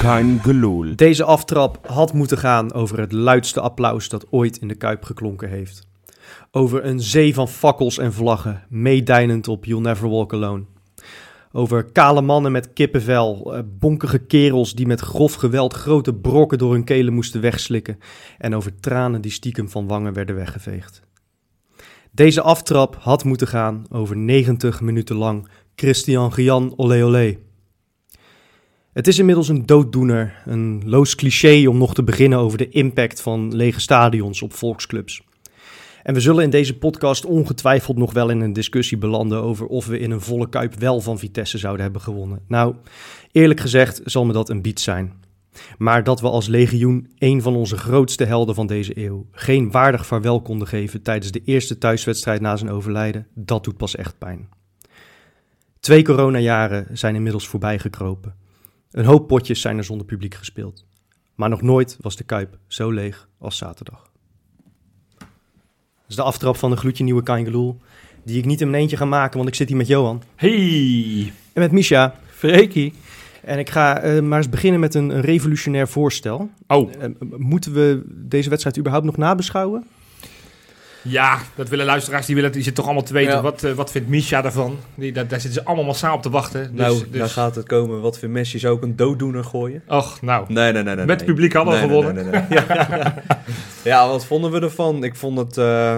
Kein gelul. Deze aftrap had moeten gaan over het luidste applaus dat ooit in de Kuip geklonken heeft. Over een zee van fakkels en vlaggen, meedijnend op You'll Never Walk Alone. Over kale mannen met kippenvel, bonkige kerels die met grof geweld grote brokken door hun kelen moesten wegslikken. En over tranen die stiekem van wangen werden weggeveegd. Deze aftrap had moeten gaan over 90 minuten lang Christian Gian Olé Olé. Het is inmiddels een dooddoener, een loos cliché om nog te beginnen over de impact van lege stadions op volksclubs. En we zullen in deze podcast ongetwijfeld nog wel in een discussie belanden over of we in een volle Kuip wel van Vitesse zouden hebben gewonnen. Nou, eerlijk gezegd zal me dat een bied zijn. Maar dat we als legioen een van onze grootste helden van deze eeuw geen waardig vaarwel konden geven tijdens de eerste thuiswedstrijd na zijn overlijden, dat doet pas echt pijn. 2 coronajaren zijn inmiddels voorbij gekropen. Een hoop potjes zijn er zonder publiek gespeeld. Maar nog nooit was de Kuip zo leeg als zaterdag. Dat is de aftrap van de gloedje nieuwe Kein gelul, die ik niet in mijn eentje ga maken, want ik zit hier met Johan. Hey! En met Misha. Freekie. En ik ga maar eens beginnen met een revolutionair voorstel. Oh. Moeten we deze wedstrijd überhaupt nog nabeschouwen? Ja, dat willen luisteraars, die zitten toch allemaal te weten. Ja. Wat vindt Misha daarvan? Daar zitten ze allemaal massaal op te wachten. Dus, daar gaat het komen. Wat vindt Messi? Zou ook een dooddoener gooien? Och, nou. Nee. Met het publiek hadden we gewonnen. Nee. Ja, wat vonden we ervan? Ik vond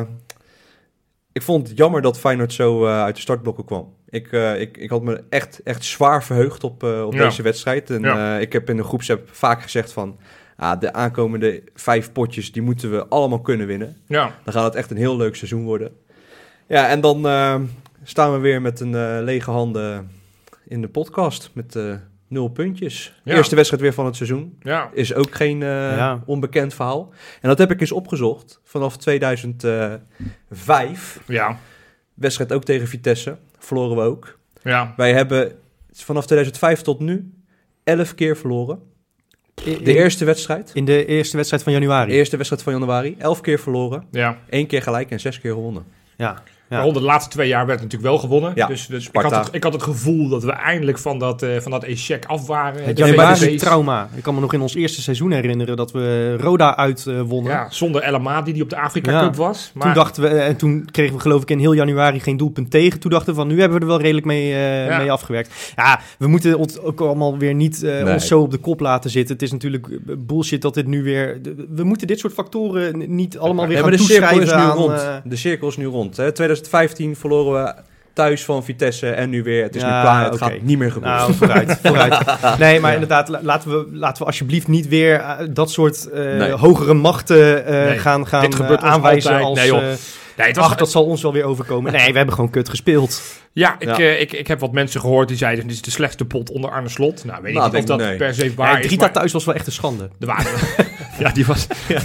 het jammer dat Feyenoord zo uit de startblokken kwam. Ik had me echt zwaar verheugd op deze wedstrijd. En ik heb in de groepsapp vaak gezegd van, de aankomende 5 potjes, die moeten we allemaal kunnen winnen. Ja. Dan gaat het echt een heel leuk seizoen worden. Ja, en dan staan we weer met een lege handen in de podcast met 0 puntjes. Ja. Eerste wedstrijd weer van het seizoen. Ja. Is ook geen onbekend verhaal. En dat heb ik eens opgezocht. Vanaf 2005. Ja. Wedstrijd ook tegen Vitesse. Verloren we ook. Ja. Wij hebben vanaf 2005 tot nu 11 keer verloren. De eerste wedstrijd. In de eerste wedstrijd van januari. De eerste wedstrijd van januari. 11 keer verloren. Ja. 1 keer gelijk en 6 keer gewonnen. Ja. Ja. De laatste 2 jaar werd natuurlijk wel gewonnen. Ja, dus ik had het gevoel dat we eindelijk van dat échec af waren. Het januari-trauma. Ik kan me nog in ons eerste seizoen herinneren dat we Roda uitwonnen. Ja, zonder El Amadi die op de Afrika Cup was. Maar... Toen dachten we, en toen kregen we geloof ik in heel januari geen doelpunt tegen. Toen dachten we van, nu hebben we er wel redelijk mee afgewerkt. Ja, we moeten ons ook allemaal weer niet ons zo op de kop laten zitten. Het is natuurlijk bullshit dat dit nu weer... We moeten dit soort factoren niet allemaal weer gaan toeschrijven aan... De cirkel is nu rond. Hè? 2015 verloren we thuis van Vitesse en nu weer. Het is nu klaar. Het gaat niet meer gebeuren. Nou, vooruit. Nee, maar inderdaad, laten we alsjeblieft niet weer dat soort hogere machten gaan aanwijzen als... dat zal ons wel weer overkomen. Nee, we hebben gewoon kut gespeeld. Ja, ik heb wat mensen gehoord die zeiden, dit is de slechtste pot onder Arne Slot. Nou, weet ik niet of dat per se waar is. Drita thuis was wel echt een schande. Die was...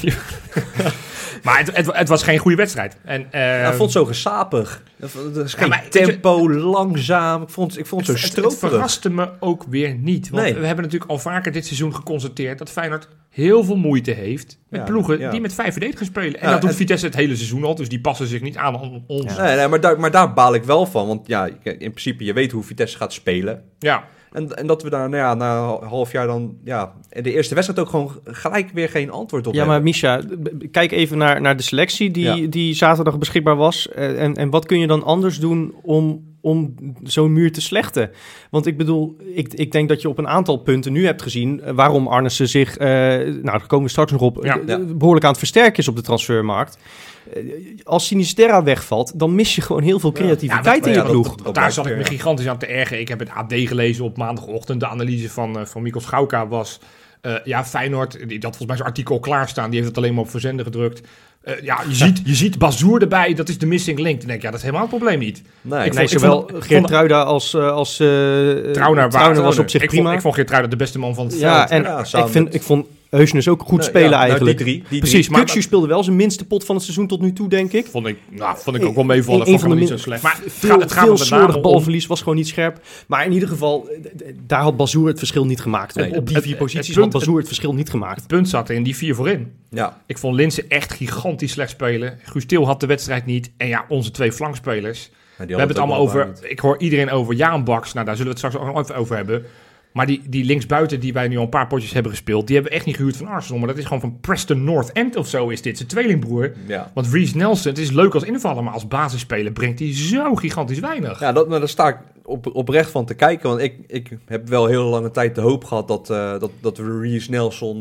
Maar het was geen goede wedstrijd. En, ik vond het zo gesapig. Het is geen tempo, langzaam. Ik vond het zo stroperig. Het verraste me ook weer niet. Want we hebben natuurlijk al vaker dit seizoen geconstateerd dat Feyenoord heel veel moeite heeft met ploegen die met 5 verdedigers spelen. En dat doet Vitesse het hele seizoen al, dus die passen zich niet aan ons. Nee, maar daar baal ik wel van. Want in principe, je weet hoe Vitesse gaat spelen. Ja. En dat we daar na een half jaar dan... de eerste wedstrijd ook gewoon gelijk weer geen antwoord op hebben. Maar Misha, kijk even naar de selectie die zaterdag beschikbaar was. En wat kun je dan anders doen om zo'n muur te slechten? Want ik bedoel, ik denk dat je op een aantal punten nu hebt gezien... waarom Arnissen zich, daar komen we straks nog op... behoorlijk aan het versterken is op de transfermarkt. Als Sinisterra wegvalt, dan mis je gewoon heel veel creativiteit in je ploeg. Daar zat ik me gigantisch aan te ergeren. Ik heb het AD gelezen op maandagochtend. De analyse van Mikkel Schauka was... Feyenoord, die had volgens mij zo'n artikel klaarstaan. Die heeft het alleen maar op verzenden gedrukt. Je ziet Bazoer erbij, dat is de missing link. Dan denk ik, dat is helemaal het probleem niet. Zowel Geertruida als Trauner was op zich prima. Ik vond Geertruida de beste man van het veld. Ik vond Heusnes ook goed spelen eigenlijk. Die Precies, maar Kukçu speelde wel zijn minste pot van het seizoen tot nu toe, denk ik. Vond ik ook wel meevallen. Vond ik niet zo slecht. Maar het gaat veel slordig balverlies, was gewoon niet scherp. Maar in ieder geval, daar had Bazoer het verschil niet gemaakt. Op die 4 posities had Bazoer het verschil niet gemaakt. Het punt zat in die 4 voorin. Ja. Ik vond Linssen echt gigantisch slecht spelen. Guus Til had de wedstrijd niet. En onze 2 flankspelers. We hebben het allemaal over... Ik hoor iedereen over Jaan Baks. Nou, daar zullen we het straks ook nog even over hebben. Maar die linksbuiten die wij nu al een paar potjes hebben gespeeld, die hebben we echt niet gehuurd van Arsenal. Maar dat is gewoon van Preston North End of zo is dit. Zijn tweelingbroer. Ja. Want Reece Nelson, het is leuk als invaller, maar als basisspeler brengt hij zo gigantisch weinig. Ja, daar sta ik oprecht van te kijken. Want ik heb wel heel lange tijd de hoop gehad dat we Reece Nelson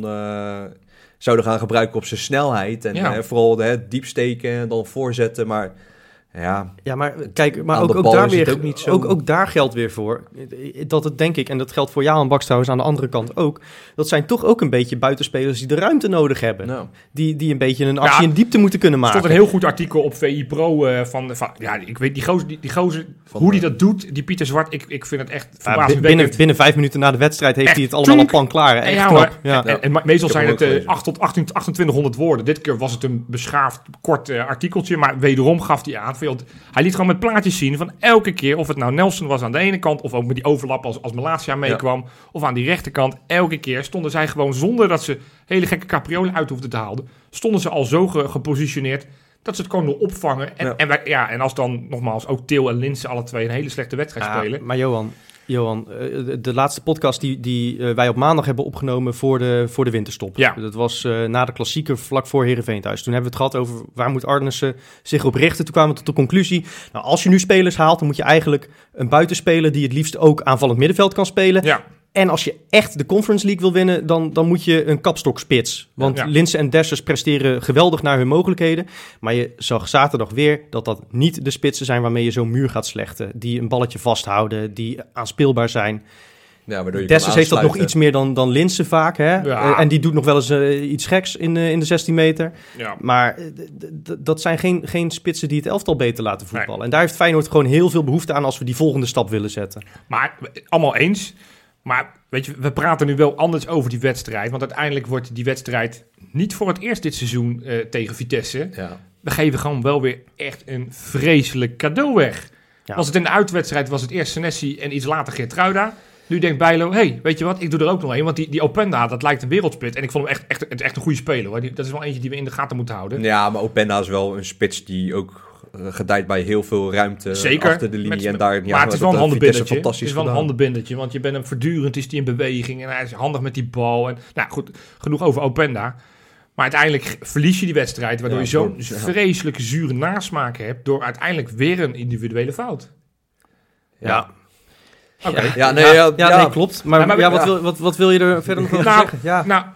zouden gaan gebruiken op zijn snelheid. En vooral diep steken en dan voorzetten. Maar ja, maar kijk, maar ook daar weer, ook daar geldt weer voor dat het, denk ik, en dat geldt voor Jaan Baks trouwens aan de andere kant ook, dat zijn toch ook een beetje buitenspelers die de ruimte nodig hebben. No. Die een beetje een actie in diepte moeten kunnen maken. Er stond een heel goed artikel op VI Pro ik weet die gozer hoe die dat doet, die Pieter Zwart, ik vind het echt verbazingwekkend. Binnen 5 minuten na de wedstrijd heeft hij het allemaal al pan klaar. Echt knap. En meestal zijn het 2800 woorden. Dit keer was het een beschaafd kort artikeltje, maar wederom gaf hij aan. Hij liet gewoon met plaatjes zien van elke keer, of het nou Nelson was aan de ene kant, of ook met die overlap als Malacia meekwam, of aan die rechterkant. Elke keer stonden zij gewoon, zonder dat ze hele gekke capriolen uit hoefden te halen, stonden ze al zo gepositioneerd dat ze het gewoon nog opvangen. En als dan nogmaals ook Til en Linse alle twee een hele slechte wedstrijd spelen. Maar Johan, de laatste podcast die wij op maandag hebben opgenomen voor de winterstop. Ja. Dat was na de klassieker vlak voor Heerenveen thuis. Toen hebben we het gehad over waar moet Arnissen zich op richten. Toen kwamen we tot de conclusie, nou, als je nu spelers haalt, dan moet je eigenlijk een buitenspeler die het liefst ook aanvallend middenveld kan spelen. Ja. En als je echt de Conference League wil winnen, dan moet je een kapstokspits. Want Linse en Dessers presteren geweldig naar hun mogelijkheden. Maar je zag zaterdag weer dat niet de spitsen zijn waarmee je zo'n muur gaat slechten. Die een balletje vasthouden, die aanspeelbaar zijn. Ja, Dessers heeft dat nog iets meer dan Linse vaak. Hè? Ja. En die doet nog wel eens iets geks in de 16 meter. Ja. Maar dat zijn geen spitsen die het elftal beter laten voetballen. Nee. En daar heeft Feyenoord gewoon heel veel behoefte aan als we die volgende stap willen zetten. Maar allemaal eens. Maar weet je, we praten nu wel anders over die wedstrijd. Want uiteindelijk wordt die wedstrijd niet voor het eerst dit seizoen tegen Vitesse. Ja. We geven gewoon wel weer echt een vreselijk cadeau weg. Ja. Was het in de uitwedstrijd, was het eerst Senesi en iets later Geertruida. Nu denkt Bijlo, weet je wat, ik doe er ook nog een. Want die Openda, dat lijkt een wereldsplit. En ik vond hem echt een goede speler. Hoor. Dat is wel eentje die we in de gaten moeten houden. Ja, maar Openda is wel een spits die ook gedijt bij heel veel ruimte. Zeker, achter de linie. Maar het is wel een handenbindertje. Het is wel een handenbindertje, want je bent hem voortdurend, is hij in beweging en hij is handig met die bal. En, nou goed, genoeg over Openda. Maar uiteindelijk verlies je die wedstrijd, waardoor je zo'n vreselijke zure nasmaak hebt door uiteindelijk weer een individuele fout. Ja. Oké. Nee, klopt. Maar wat wil je er verder nog over zeggen? Ja. Nou,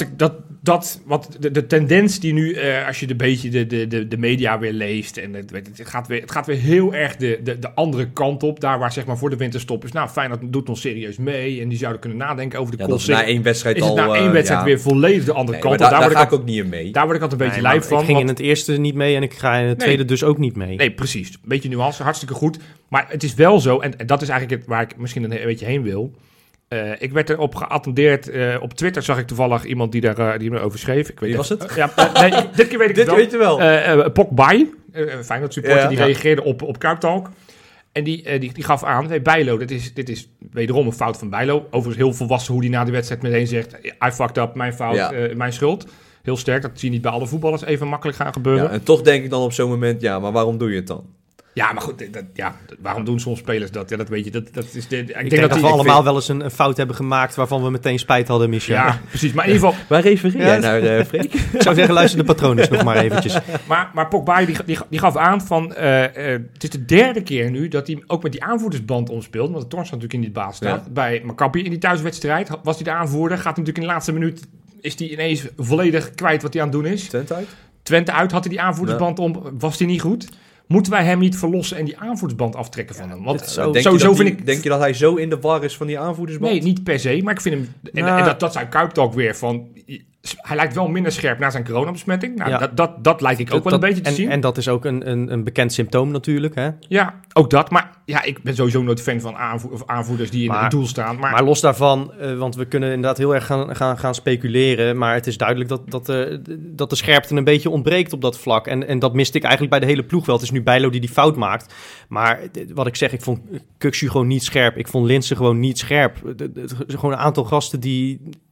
wat de tendens die nu, als je een beetje de media weer leest, en het gaat weer heel erg de andere kant op, daar waar zeg maar voor de winterstop is. Nou, Feyenoord doet nog serieus mee en die zouden kunnen nadenken over de concept. Na één wedstrijd is het na één wedstrijd weer volledig de andere kant. Daar ga ik ook niet in mee. Daar word ik altijd een beetje lijf van. Ik ging in het eerste niet mee en ik ga in het tweede dus ook niet mee. Nee, precies. Een beetje nuance, hartstikke goed. Maar het is wel zo, en dat is eigenlijk waar ik misschien een beetje heen wil. Ik werd erop geattendeerd. Op Twitter zag ik toevallig iemand die erover schreef. Ik weet Wie was het? Dit keer weet ik het wel. Dit weet je wel. Pogba, Feyenoord supporter, die reageerde op Kuip Talk. En die gaf aan, Bijlo, dit is wederom een fout van Bijlo. Overigens heel volwassen hoe hij na de wedstrijd meteen zegt, I fucked up, mijn fout, mijn schuld. Heel sterk, dat zie je niet bij alle voetballers even makkelijk gaan gebeuren. Ja, en toch denk ik dan op zo'n moment, maar waarom doe je het dan? Ja, maar goed, waarom doen soms spelers dat? Ja, dat weet je. Ik denk dat we allemaal wel eens een fout hebben gemaakt waarvan we meteen spijt hadden, Michel. Ja, precies. Maar in ieder geval... Waar refereer jij naar, Freek? Ik zou zeggen, luister de patronen nog maar eventjes. Maar Pogba, die gaf aan van... het is de derde keer nu dat hij ook met die aanvoerdersband omspeelt. Want de Torns natuurlijk in die baas staat. Ja. Bij Maccabi in die thuiswedstrijd was hij de aanvoerder. Gaat natuurlijk in de laatste minuut... is hij ineens volledig kwijt wat hij aan het doen is. Twente uit had hij die aanvoerdersband om. Was hij niet goed? Moeten wij hem niet verlossen en die aanvoerdersband aftrekken van hem? Want denk je dat hij zo in de war is van die aanvoerdersband? Nee, niet per se. Maar ik vind hem... En dat zei Kuip ook weer van... Hij lijkt wel minder scherp na zijn coronabesmetting. Nou, dat lijkt ik ook wel een beetje te zien. En dat is ook een bekend symptoom natuurlijk. Hè? Ja, ook dat. Maar ik ben sowieso nooit fan van aanvoerders die in het doel staan. Maar los daarvan, want we kunnen inderdaad heel erg gaan speculeren. Maar het is duidelijk dat de scherpte een beetje ontbreekt op dat vlak. En dat miste ik eigenlijk bij de hele ploeg wel. Het is nu Bijlo die fout maakt. Maar wat ik zeg, ik vond Kukçu gewoon niet scherp. Ik vond Linse gewoon niet scherp. Gewoon een aantal gasten die...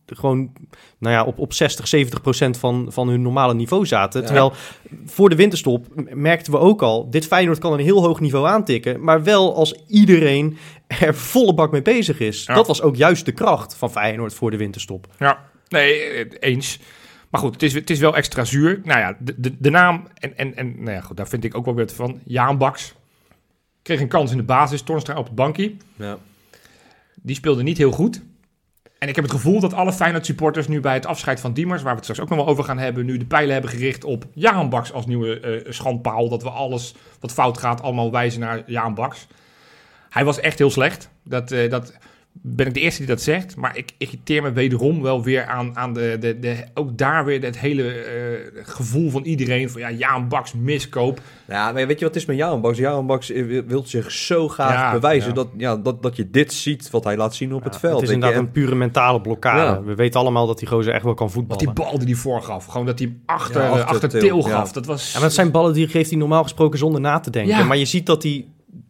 gewoon op 60-70% van hun normale niveau zaten. Ja. Terwijl voor de winterstop merkten we ook al, dit Feyenoord kan een heel hoog niveau aantikken, maar wel als iedereen er volle bak mee bezig is. Ja. Dat was ook juist de kracht van Feyenoord voor de winterstop. Ja, nee, eens. Maar goed, het is wel extra zuur. Nou ja, de naam en nou ja, goed, daar vind ik ook wel weer van. Jaan Baks kreeg een kans in de basis, Toornstra op het bankje. Ja. Die speelde niet heel goed. En ik heb het gevoel dat alle Feyenoord supporters nu bij het afscheid van Diemers, waar we het straks ook nog wel over gaan hebben, nu de pijlen hebben gericht op Jaan Baks als nieuwe schandpaal. Dat we alles wat fout gaat allemaal wijzen naar Jaan Baks. Hij was echt heel slecht. Dat ben ik de eerste die dat zegt. Maar ik irriteer me wederom wel weer aan ook daar weer het hele gevoel van iedereen van Jaan Baks miskoop. Ja, maar weet je wat het is met Jaan Baks? Jaan Baks wil zich zo graag bewijzen dat je dit ziet wat hij laat zien op het veld. Het is inderdaad een pure mentale blokkade. Ja. We weten allemaal dat die gozer echt wel kan voetballen. Want die bal die hij voorgaf, gewoon dat hij hem achter Til gaf. Ja. Dat was... maar het zijn ballen die geeft hij normaal gesproken zonder na te denken. Ja. Maar je ziet dat hij...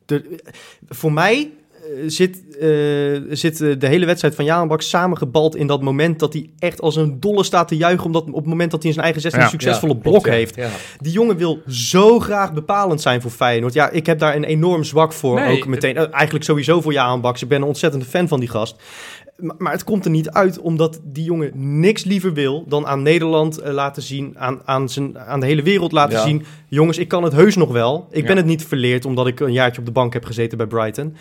Voor mij zit de hele wedstrijd van Jaan Baks samengebald in dat moment dat hij echt als een dolle staat te juichen, omdat op het moment dat hij in zijn eigen 16 succesvolle blok heeft. Ja. Die jongen wil zo graag bepalend zijn voor Feyenoord. Ja, ik heb daar een enorm zwak voor. Ook meteen. Eigenlijk sowieso voor Jaan Baks. Ik ben een ontzettende fan van die gast. Maar het komt er niet uit, omdat die jongen niks liever wil dan aan Nederland laten zien, aan de hele wereld laten zien. Jongens, ik kan het heus nog wel. Ik ben het niet verleerd, omdat ik een jaartje op de bank heb gezeten bij Brighton.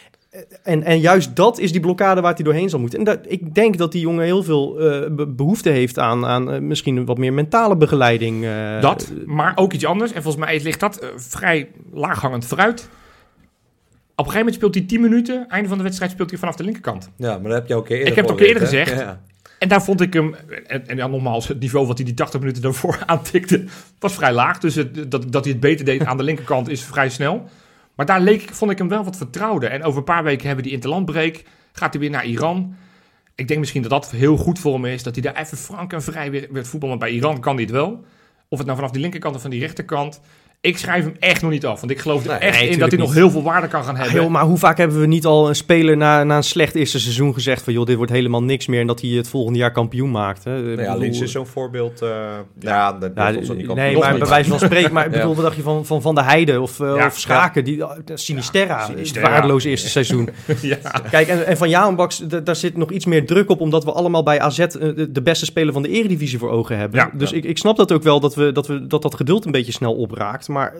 En juist dat is die blokkade waar hij doorheen zal moeten. En ik denk dat die jongen heel veel behoefte heeft aan misschien wat meer mentale begeleiding. Maar ook iets anders. En volgens mij ligt dat vrij laaghangend vooruit. Op een gegeven moment speelt hij 10 minuten. Einde van de wedstrijd speelt hij vanaf de linkerkant. Ja, maar dat heb je ook eerder. Ik heb het ook eerder gezegd. Ja. En daar vond ik hem... En dan nogmaals, het niveau wat hij die 80 minuten daarvoor aantikte, was vrij laag. Dus dat hij het beter deed aan de linkerkant is vrij snel. Maar daar vond ik hem wel wat vertrouwder. En over een paar weken hebben we die interlandbreak. Gaat hij weer naar Iran. Ik denk misschien dat dat heel goed voor hem is. Dat hij daar even frank en vrij weer voetballen. Want bij Iran kan hij het wel. Of het nou vanaf die linkerkant of van die rechterkant. Ik schrijf hem echt nog niet af. Want ik geloof er echt in dat hij nog heel veel waarde kan gaan hebben. Maar hoe vaak hebben we niet al een speler na een slecht eerste seizoen gezegd van joh, dit wordt helemaal niks meer. En dat hij het volgende jaar kampioen maakt. Hè? Lins is zo'n voorbeeld. Maar bij wijze van spreken. Maar ik bedoel, wat dacht je van der Heijden of Schaken? Sinisterra. Waardeloos eerste seizoen. Kijk, en van Jaan Baks, daar zit nog iets meer druk op. Omdat we allemaal bij AZ de beste speler van de Eredivisie voor ogen hebben. Ja, dus ik snap dat ook wel dat geduld een beetje snel opraakt. Maar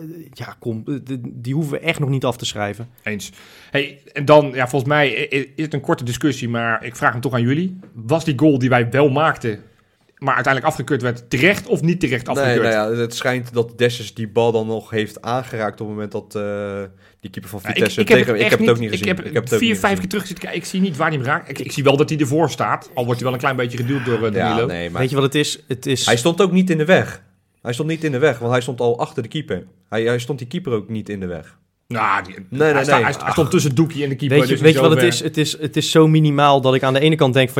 die hoeven we echt nog niet af te schrijven. Eens. Hey, en dan, volgens mij is het een korte discussie, maar ik vraag hem toch aan jullie. Was die goal die wij wel maakten, maar uiteindelijk afgekeurd werd, terecht of niet terecht afgekeurd? Het schijnt dat Dessers die bal dan nog heeft aangeraakt op het moment dat die keeper van Vitesse... Ik heb het ook niet gezien. Ik heb 4-5 keer terug zitten kijken. Ik zie niet waar hij hem raakt. Ik zie wel dat hij ervoor staat, al wordt hij wel een klein beetje geduwd door Danilo. Nee, maar weet je wat het is? Hij stond ook niet in de weg. Hij stond niet in de weg, want hij stond al achter de keeper. Hij stond die keeper ook niet in de weg. Nou, hij stond tussen het doekje en de keeper. Weet je wat het is? Het is zo minimaal dat ik aan de ene kant denk van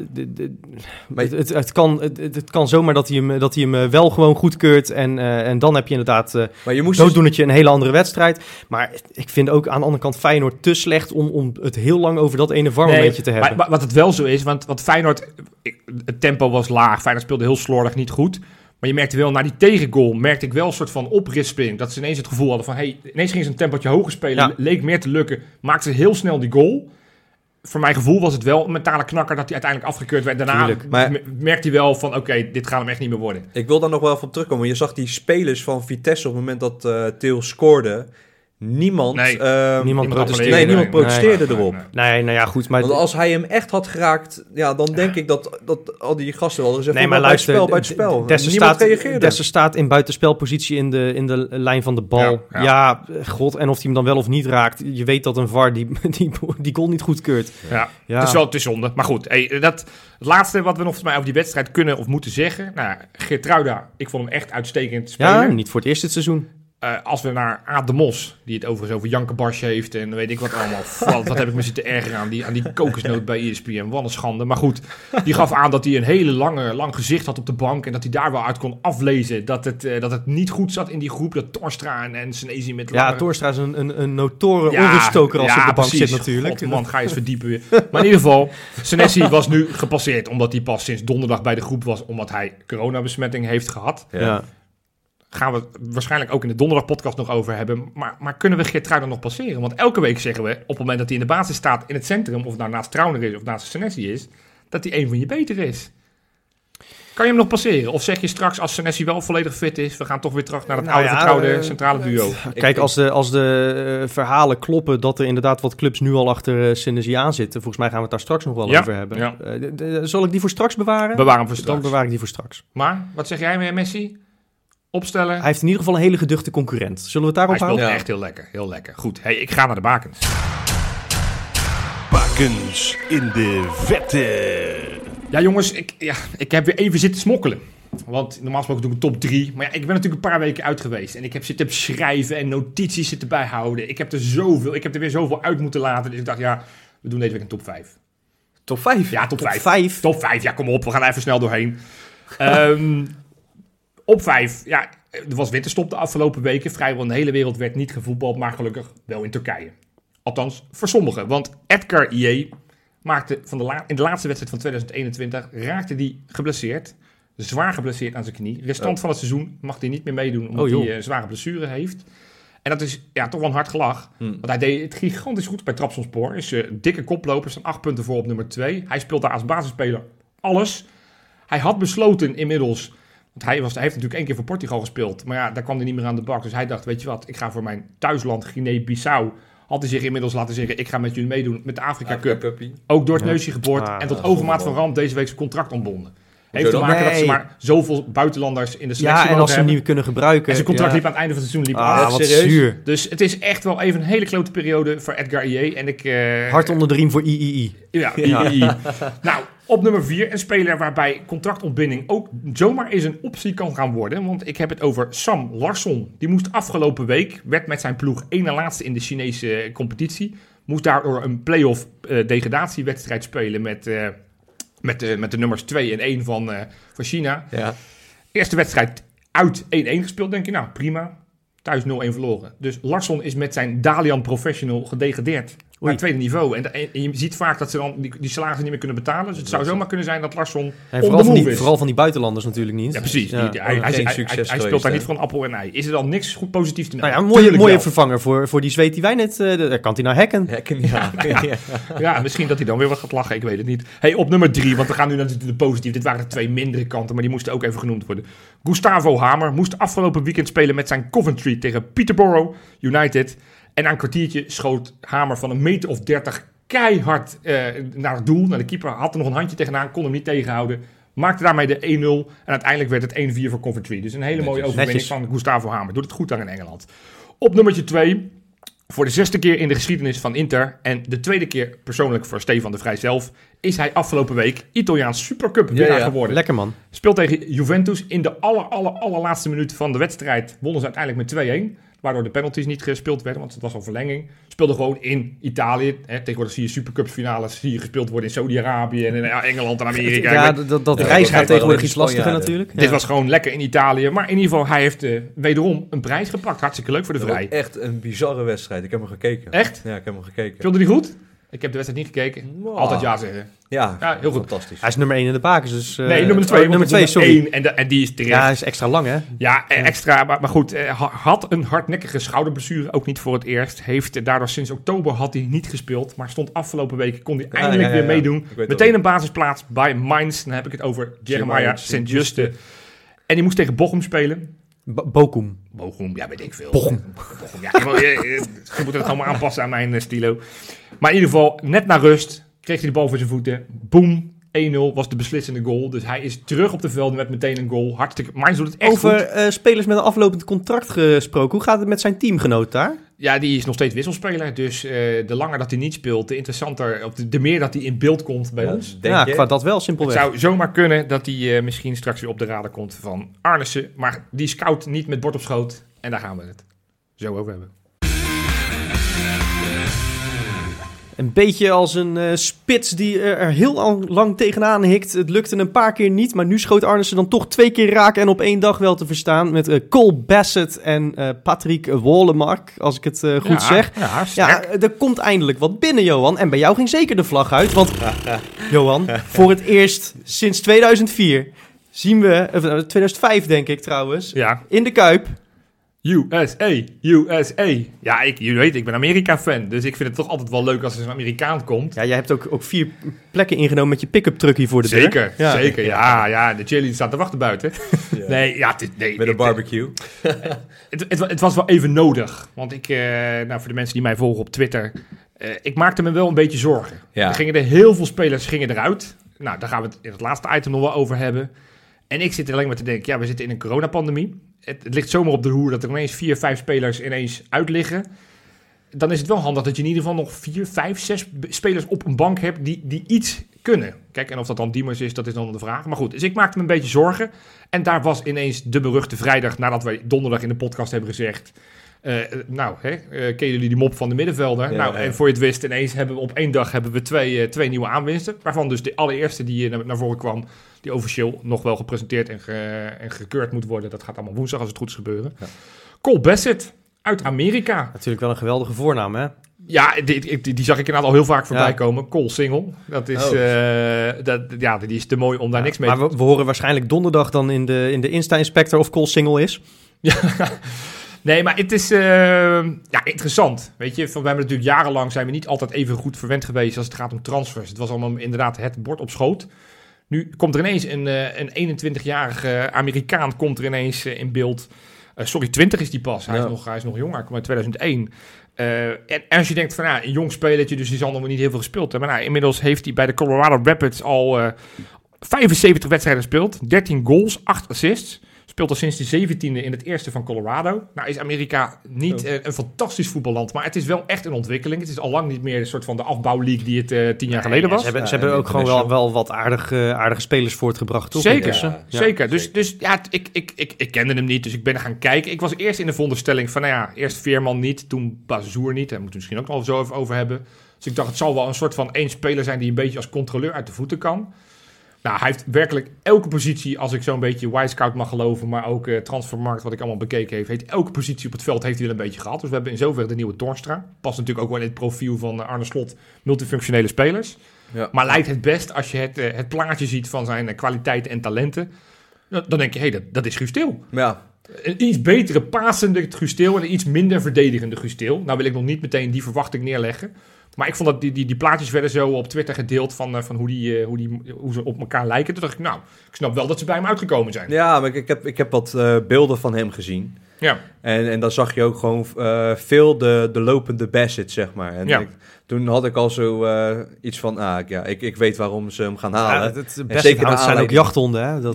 het kan zomaar dat hij hem wel gewoon goedkeurt. En dan heb je inderdaad dooddoenertje een hele andere wedstrijd. Maar ik vind ook aan de andere kant Feyenoord te slecht om het heel lang over dat ene VAR-momentje te hebben. Maar wat het wel zo is, want Feyenoord, het tempo was laag. Feyenoord speelde heel slordig, niet goed. Maar je merkte wel, na die tegengoal merkte ik wel een soort van oprisping. Dat ze ineens het gevoel hadden van, ineens ging ze een tempootje hoger spelen. Leek meer te lukken. Maakte ze heel snel die goal. Voor mijn gevoel was het wel een mentale knakker dat hij uiteindelijk afgekeurd werd. Daarna merkte hij wel van, oké, dit gaat hem echt niet meer worden. Ik wil daar nog wel even op terugkomen. Je zag die spelers van Vitesse op het moment dat Til scoorde. Niemand protesteerde erop. Nee, goed. Maar want als hij hem echt had geraakt, dan denk ik dat al die gasten wel eens even bij het spel. Niemand reageerde. Dessers staat in buitenspelpositie in de lijn van de bal. God, en of hij hem dan wel of niet raakt. Je weet dat een VAR die goal niet goedkeurt. Ja. Het is zonde. Maar goed, het laatste wat we nog volgens mij over die wedstrijd kunnen of moeten zeggen. Geertruida, ik vond hem echt uitstekend spelen. Ja, niet voor het eerste seizoen. als we naar Aad de Mos, die het overigens over Janke Barsje heeft en weet ik wat allemaal. Wat heb ik me zitten ergeren aan die kokosnoot bij ESPN. Wat een schande. Maar goed, die gaf aan dat hij een hele lang gezicht had op de bank en dat hij daar wel uit kon aflezen dat het niet goed zat in die groep. Dat Torstra en Senesi met Ja, Torstra is een notoren onruststoker als hij op de bank zit natuurlijk. God, man, ga je eens verdiepen weer. Maar in ieder geval, Senesi was nu gepasseerd omdat hij pas sinds donderdag bij de groep was, omdat hij coronabesmetting heeft gehad. Ja. Gaan we het waarschijnlijk ook in de donderdag-podcast nog over hebben. Maar kunnen we Geertruida nog passeren? Want elke week zeggen we, op het moment dat hij in de basis staat in het centrum, of het nou naast Trauner is of naast Senesi is, dat hij een van je beter is. Kan je hem nog passeren? Of zeg je straks, als Senesi wel volledig fit is, we gaan toch weer terug naar het oude vertrouwde centrale duo? Kijk, als de verhalen kloppen dat er inderdaad wat clubs nu al achter Senesi aan zitten, volgens mij gaan we het daar straks nog wel over hebben. Ja. Zal ik die voor straks bewaren? Bewaar hem voor straks. Dan bewaar ik die voor straks. Maar, wat zeg jij, Messi? Opstellen. Hij heeft in ieder geval een hele geduchte concurrent. Zullen we het daarop houden? Hij speelt echt heel lekker, heel lekker. Goed, hey, ik ga naar de bakens. Bakens in de vette. Ja jongens, ik heb weer even zitten smokkelen. Want normaal gesproken doe ik een top 3. Maar ja, ik ben natuurlijk een paar weken uit geweest. En ik heb zitten schrijven en notities zitten bijhouden. Ik heb er weer zoveel uit moeten laten. Dus ik dacht, ja, we doen deze week een top 5. Top 5? Ja, top 5. 5? Top 5, ja, kom op. We gaan er even snel doorheen. Op 5, ja, er was winterstop de afgelopen weken. Vrijwel in de hele wereld werd niet gevoetbald, maar gelukkig wel in Turkije. Althans, voor sommigen. Want Edgar Ije maakte in de laatste wedstrijd van 2021, raakte hij geblesseerd. Zwaar geblesseerd aan zijn knie. Restant van het seizoen mag hij niet meer meedoen, omdat hij een zware blessure heeft. En dat is toch wel een hard gelach. Want hij deed het gigantisch goed bij Trabzonspor. Is dikke koploper, staan 8 punten voor op nummer 2. Hij speelt daar als basisspeler alles. Hij had besloten inmiddels, want hij heeft natuurlijk 1 keer voor Portugal gespeeld. Maar ja, daar kwam hij niet meer aan de bak. Dus hij dacht, weet je wat, ik ga voor mijn thuisland Guinea-Bissau. Had hij zich inmiddels laten zeggen, ik ga met jullie meedoen met de Afrika Cup. Ook door het neusje geboord. En tot overmaat van ramp deze week zijn contract ontbonden. Heeft te maken dat ze maar zoveel buitenlanders in de selectie hebben. Ja, en als ze hem niet niet kunnen gebruiken. En zijn contract liep aan het einde van het seizoen af. Wat zuur. Dus het is echt wel even een hele klote periode voor Edgar Ije. En ik hard onder de riem voor III. Ja, III. Nou, op nummer 4 een speler waarbij contractontbinding ook zomaar eens een optie kan gaan worden. Want ik heb het over Sam Larsson. Die moest afgelopen week, werd met zijn ploeg 1 na laatste in de Chinese competitie. Moest daardoor een play-off degradatiewedstrijd spelen met de nummers 2 en 1 van China. Ja. Eerste wedstrijd uit 1-1 gespeeld, denk je, nou prima. Thuis 0-1 verloren. Dus Larsson is met zijn Dalian Professional gedegradeerd naar het tweede niveau. En je ziet vaak dat ze dan die salarissen niet meer kunnen betalen. Dus het zou zomaar kunnen zijn dat Larsson vooral van die buitenlanders natuurlijk niet. Ja, precies. Ja. Hij speelt daar niet voor een appel en ei. Is er dan niks goed positiefs te melden? Nou ja, een mooie vervanger voor die zweet die wij net... daar kan hij naar hacken. Ja, misschien dat hij dan weer wat gaat lachen. Ik weet het niet. Hey, op nummer 3, want we gaan nu natuurlijk de positief. Dit waren de 2 mindere kanten, maar die moesten ook even genoemd worden. Gustavo Hamer moest afgelopen weekend spelen met zijn Coventry tegen Peterborough United. En aan een kwartiertje schoot Hamer van 1,30 meter keihard naar het doel. Nou, de keeper had er nog een handje tegenaan, kon hem niet tegenhouden. Maakte daarmee de 1-0 en uiteindelijk werd het 1-4 voor Coventry. Dus een hele mooie overwinning van Gustavo Hamer. Doet het goed daar in Engeland. Op nummertje 2, voor de 6e keer in de geschiedenis van Inter en de 2e keer persoonlijk voor Stefan de Vrij zelf, is hij afgelopen week Italiaans Supercup winnaar geworden. Lekker man. Speelt tegen Juventus in de allerlaatste minuut van de wedstrijd. Wonnen ze uiteindelijk met 2-1. Waardoor de penalties niet gespeeld werden, want het was al verlenging. Speelde gewoon in Italië. Tegenwoordig zie je Supercup-finales gespeeld worden in Saudi-Arabië en in Engeland en Amerika. Ja, dat reis gaat tegenwoordig iets lastiger natuurlijk. Ja. Dit was gewoon lekker in Italië. Maar in ieder geval, hij heeft wederom een prijs gepakt. Hartstikke leuk voor de Vrij. Echt een bizarre wedstrijd. Ik heb hem gekeken. Echt? Ja, ik heb hem gekeken. Speelde die goed? Ik heb de wedstrijd niet gekeken. Wow. Altijd ja zeggen. Ja, heel goed. Fantastisch. Hij is nummer 1 in de bakens. Dus, nee, nummer 2. Nummer 2, sorry. 1, en die is terecht. Ja, hij is extra lang, hè? Ja, extra. Maar goed, had een hardnekkige schouderblessure. Ook niet voor het eerst. Heeft daardoor sinds oktober had hij niet gespeeld. Maar stond afgelopen week, kon hij eindelijk weer meedoen. Meteen een basisplaats bij Mainz. Dan heb ik het over Jeremiah Sint-Juste. En die moest tegen Bochum spelen. Bochum, ja, weet ik veel. Bochum. Ja, je moet het gewoon maar aanpassen aan mijn stilo. Maar in ieder geval, net na rust kreeg hij de bal voor zijn voeten. Boom, 1-0 was de beslissende goal. Dus hij is terug op de velden met meteen een goal. Hartstikke. Mainz doet het echt goed. Over spelers met een aflopend contract gesproken. Hoe gaat het met zijn teamgenoot daar? Ja, die is nog steeds wisselspeler. Dus de langer dat hij niet speelt, de interessanter. Of de meer dat hij in beeld komt bij ons. Ja, qua dat wel, simpelweg. Het zou zomaar kunnen dat hij misschien straks weer op de radar komt van Arnissen. Maar die scout niet met bord op schoot. En daar gaan we het. zo over hebben. Een beetje als een spits die er heel lang tegenaan hikt. Het lukte een paar keer niet, maar nu schoot Arnissen dan toch 2 keer raak en op 1 dag wel te verstaan. Met Cole Bassett en Patrick Wollemark, als ik het goed zeg. Ja, er komt eindelijk wat binnen, Johan. En bij jou ging zeker de vlag uit, want Johan, voor het eerst sinds 2004 zien we, 2005 denk ik trouwens, in de Kuip... USA. Ja, jullie weten, ik ben Amerika-fan. Dus ik vind het toch altijd wel leuk als er een Amerikaan komt. Ja, jij hebt ook 4 plekken ingenomen met je pick-up truck hier voor de deur. Zeker. Ja, de cheerleaders staan te wachten buiten. Ja. Nee, met een barbecue. Het was wel even nodig. Want voor de mensen die mij volgen op Twitter... ik maakte me wel een beetje zorgen. Ja. Er gingen heel veel spelers eruit. Nou, daar gaan we het in het laatste item nog wel over hebben. En ik zit alleen maar te denken, we zitten in een coronapandemie. Het ligt zomaar op de hoer dat er ineens 4, 5 spelers ineens uitliggen. Dan is het wel handig dat je in ieder geval nog 4, 5, 6 spelers op een bank hebt die iets kunnen. Kijk, en of dat dan Diemers is, dat is dan de vraag. Maar goed, dus ik maakte me een beetje zorgen. En daar was ineens de beruchte vrijdag, nadat wij donderdag in de podcast hebben gezegd... kennen jullie die mop van de middenvelder? En voor je het wist, ineens hebben we op 1 dag twee nieuwe aanwinsten. Waarvan dus de allereerste die naar voren kwam, die officieel nog wel gepresenteerd en gekeurd moet worden. Dat gaat allemaal woensdag als het goed is gebeuren. Ja. Cole Bassett uit Amerika. Natuurlijk wel een geweldige voornaam, hè? Ja, die zag ik inderdaad al heel vaak voorbij komen. Cole Single. Dat is, die is te mooi om daar niks mee te doen. Maar we horen waarschijnlijk donderdag dan in de Insta-inspector of Cole Single is. Ja. Nee, maar het is interessant. Weet je, we hebben natuurlijk jarenlang zijn we niet altijd even goed verwend geweest als het gaat om transfers. Het was allemaal inderdaad het bord op schoot. Nu komt er ineens een 21-jarige Amerikaan komt er ineens in beeld. 20 is die pas. Hij is nog jonger. Hij komt uit 2001. En als je denkt van een jong spelertje, dus die zal nog niet heel veel gespeeld hebben. Maar inmiddels heeft hij bij de Colorado Rapids al 75 wedstrijden gespeeld. 13 goals, 8 assists. Speelt al sinds de 17e in het eerste van Colorado. Nou is Amerika niet een fantastisch voetballand, maar het is wel echt een ontwikkeling. Het is al lang niet meer een soort van de afbouwleague die het 10 jaar geleden was. Ze hebben ook gewoon wel wat aardige spelers voortgebracht, toch? Zeker. Dus ik kende hem niet, dus ik ben gaan kijken. Ik was eerst in de veronderstelling van, eerst Veerman niet, toen Bazoer niet. Daar moeten we misschien ook nog zo even over hebben. Dus ik dacht, het zal wel een soort van één speler zijn die een beetje als controleur uit de voeten kan. Nou, hij heeft werkelijk elke positie, als ik zo'n beetje Wisecout mag geloven, maar ook Transfermarkt, wat ik allemaal bekeken heeft elke positie op het veld heeft hij wel een beetje gehad. Dus we hebben in zoverre de nieuwe Toornstra. Past natuurlijk ook wel in het profiel van Arne Slot, multifunctionele spelers. Ja. Maar lijkt het best als je het plaatje ziet van zijn kwaliteiten en talenten. Dan denk je, dat is Guus Til. Ja. Een iets betere passende Guus Til en een iets minder verdedigende Guus Til. Nou wil ik nog niet meteen die verwachting neerleggen. Maar ik vond dat die plaatjes werden zo op Twitter gedeeld van hoe ze op elkaar lijken. Toen dacht ik, ik snap wel dat ze bij hem uitgekomen zijn. Ja, maar ik heb wat beelden van hem gezien. Ja. En dan zag je ook gewoon veel de lopende Bassett, zeg maar. En toen had ik al zo iets van, ik weet waarom ze hem gaan halen. Ja, het zeker zijn ook jachthonden, hè?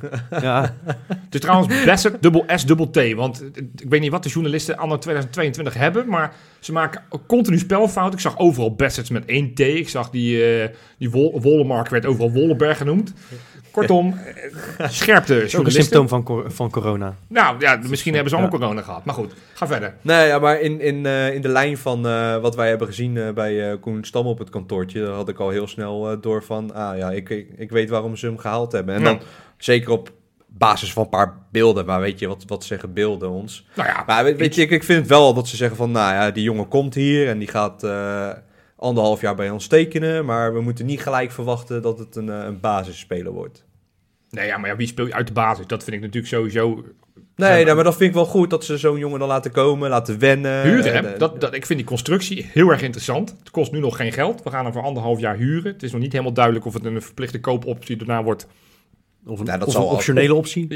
Het is trouwens Bassett, _S_T. Want ik weet niet wat de journalisten anno 2022 hebben, maar ze maken continu spelfouten. Ik zag overal Bassetts met 1 T. Ik zag die Wollemark werd overal Wolleberg genoemd. Kortom, scherpte journalisten. Ook een symptoom van corona. Nou ja, misschien hebben ze allemaal corona gehad. Maar goed, ga verder. Nee, ja, maar in de lijn van wat wij hebben gezien bij Koen Stam op het kantoortje, had ik al heel snel door van, ik weet waarom ze hem gehaald hebben. En dan zeker op basis van een paar beelden, maar weet je, wat zeggen beelden ons? Nou ja, maar weet je, ik vind het wel dat ze zeggen van, die jongen komt hier en die gaat 1,5 jaar bij ons tekenen, maar we moeten niet gelijk verwachten dat het een basisspeler wordt. Nee, maar wie speel je uit de basis? Dat vind ik natuurlijk sowieso... Nee, maar dat vind ik wel goed dat ze zo'n jongen dan laten komen, laten wennen. Huren, ik vind die constructie heel erg interessant. Het kost nu nog geen geld. We gaan hem voor 1,5 jaar huren. Het is nog niet helemaal duidelijk of het een verplichte koopoptie daarna wordt. Of een optionele optie.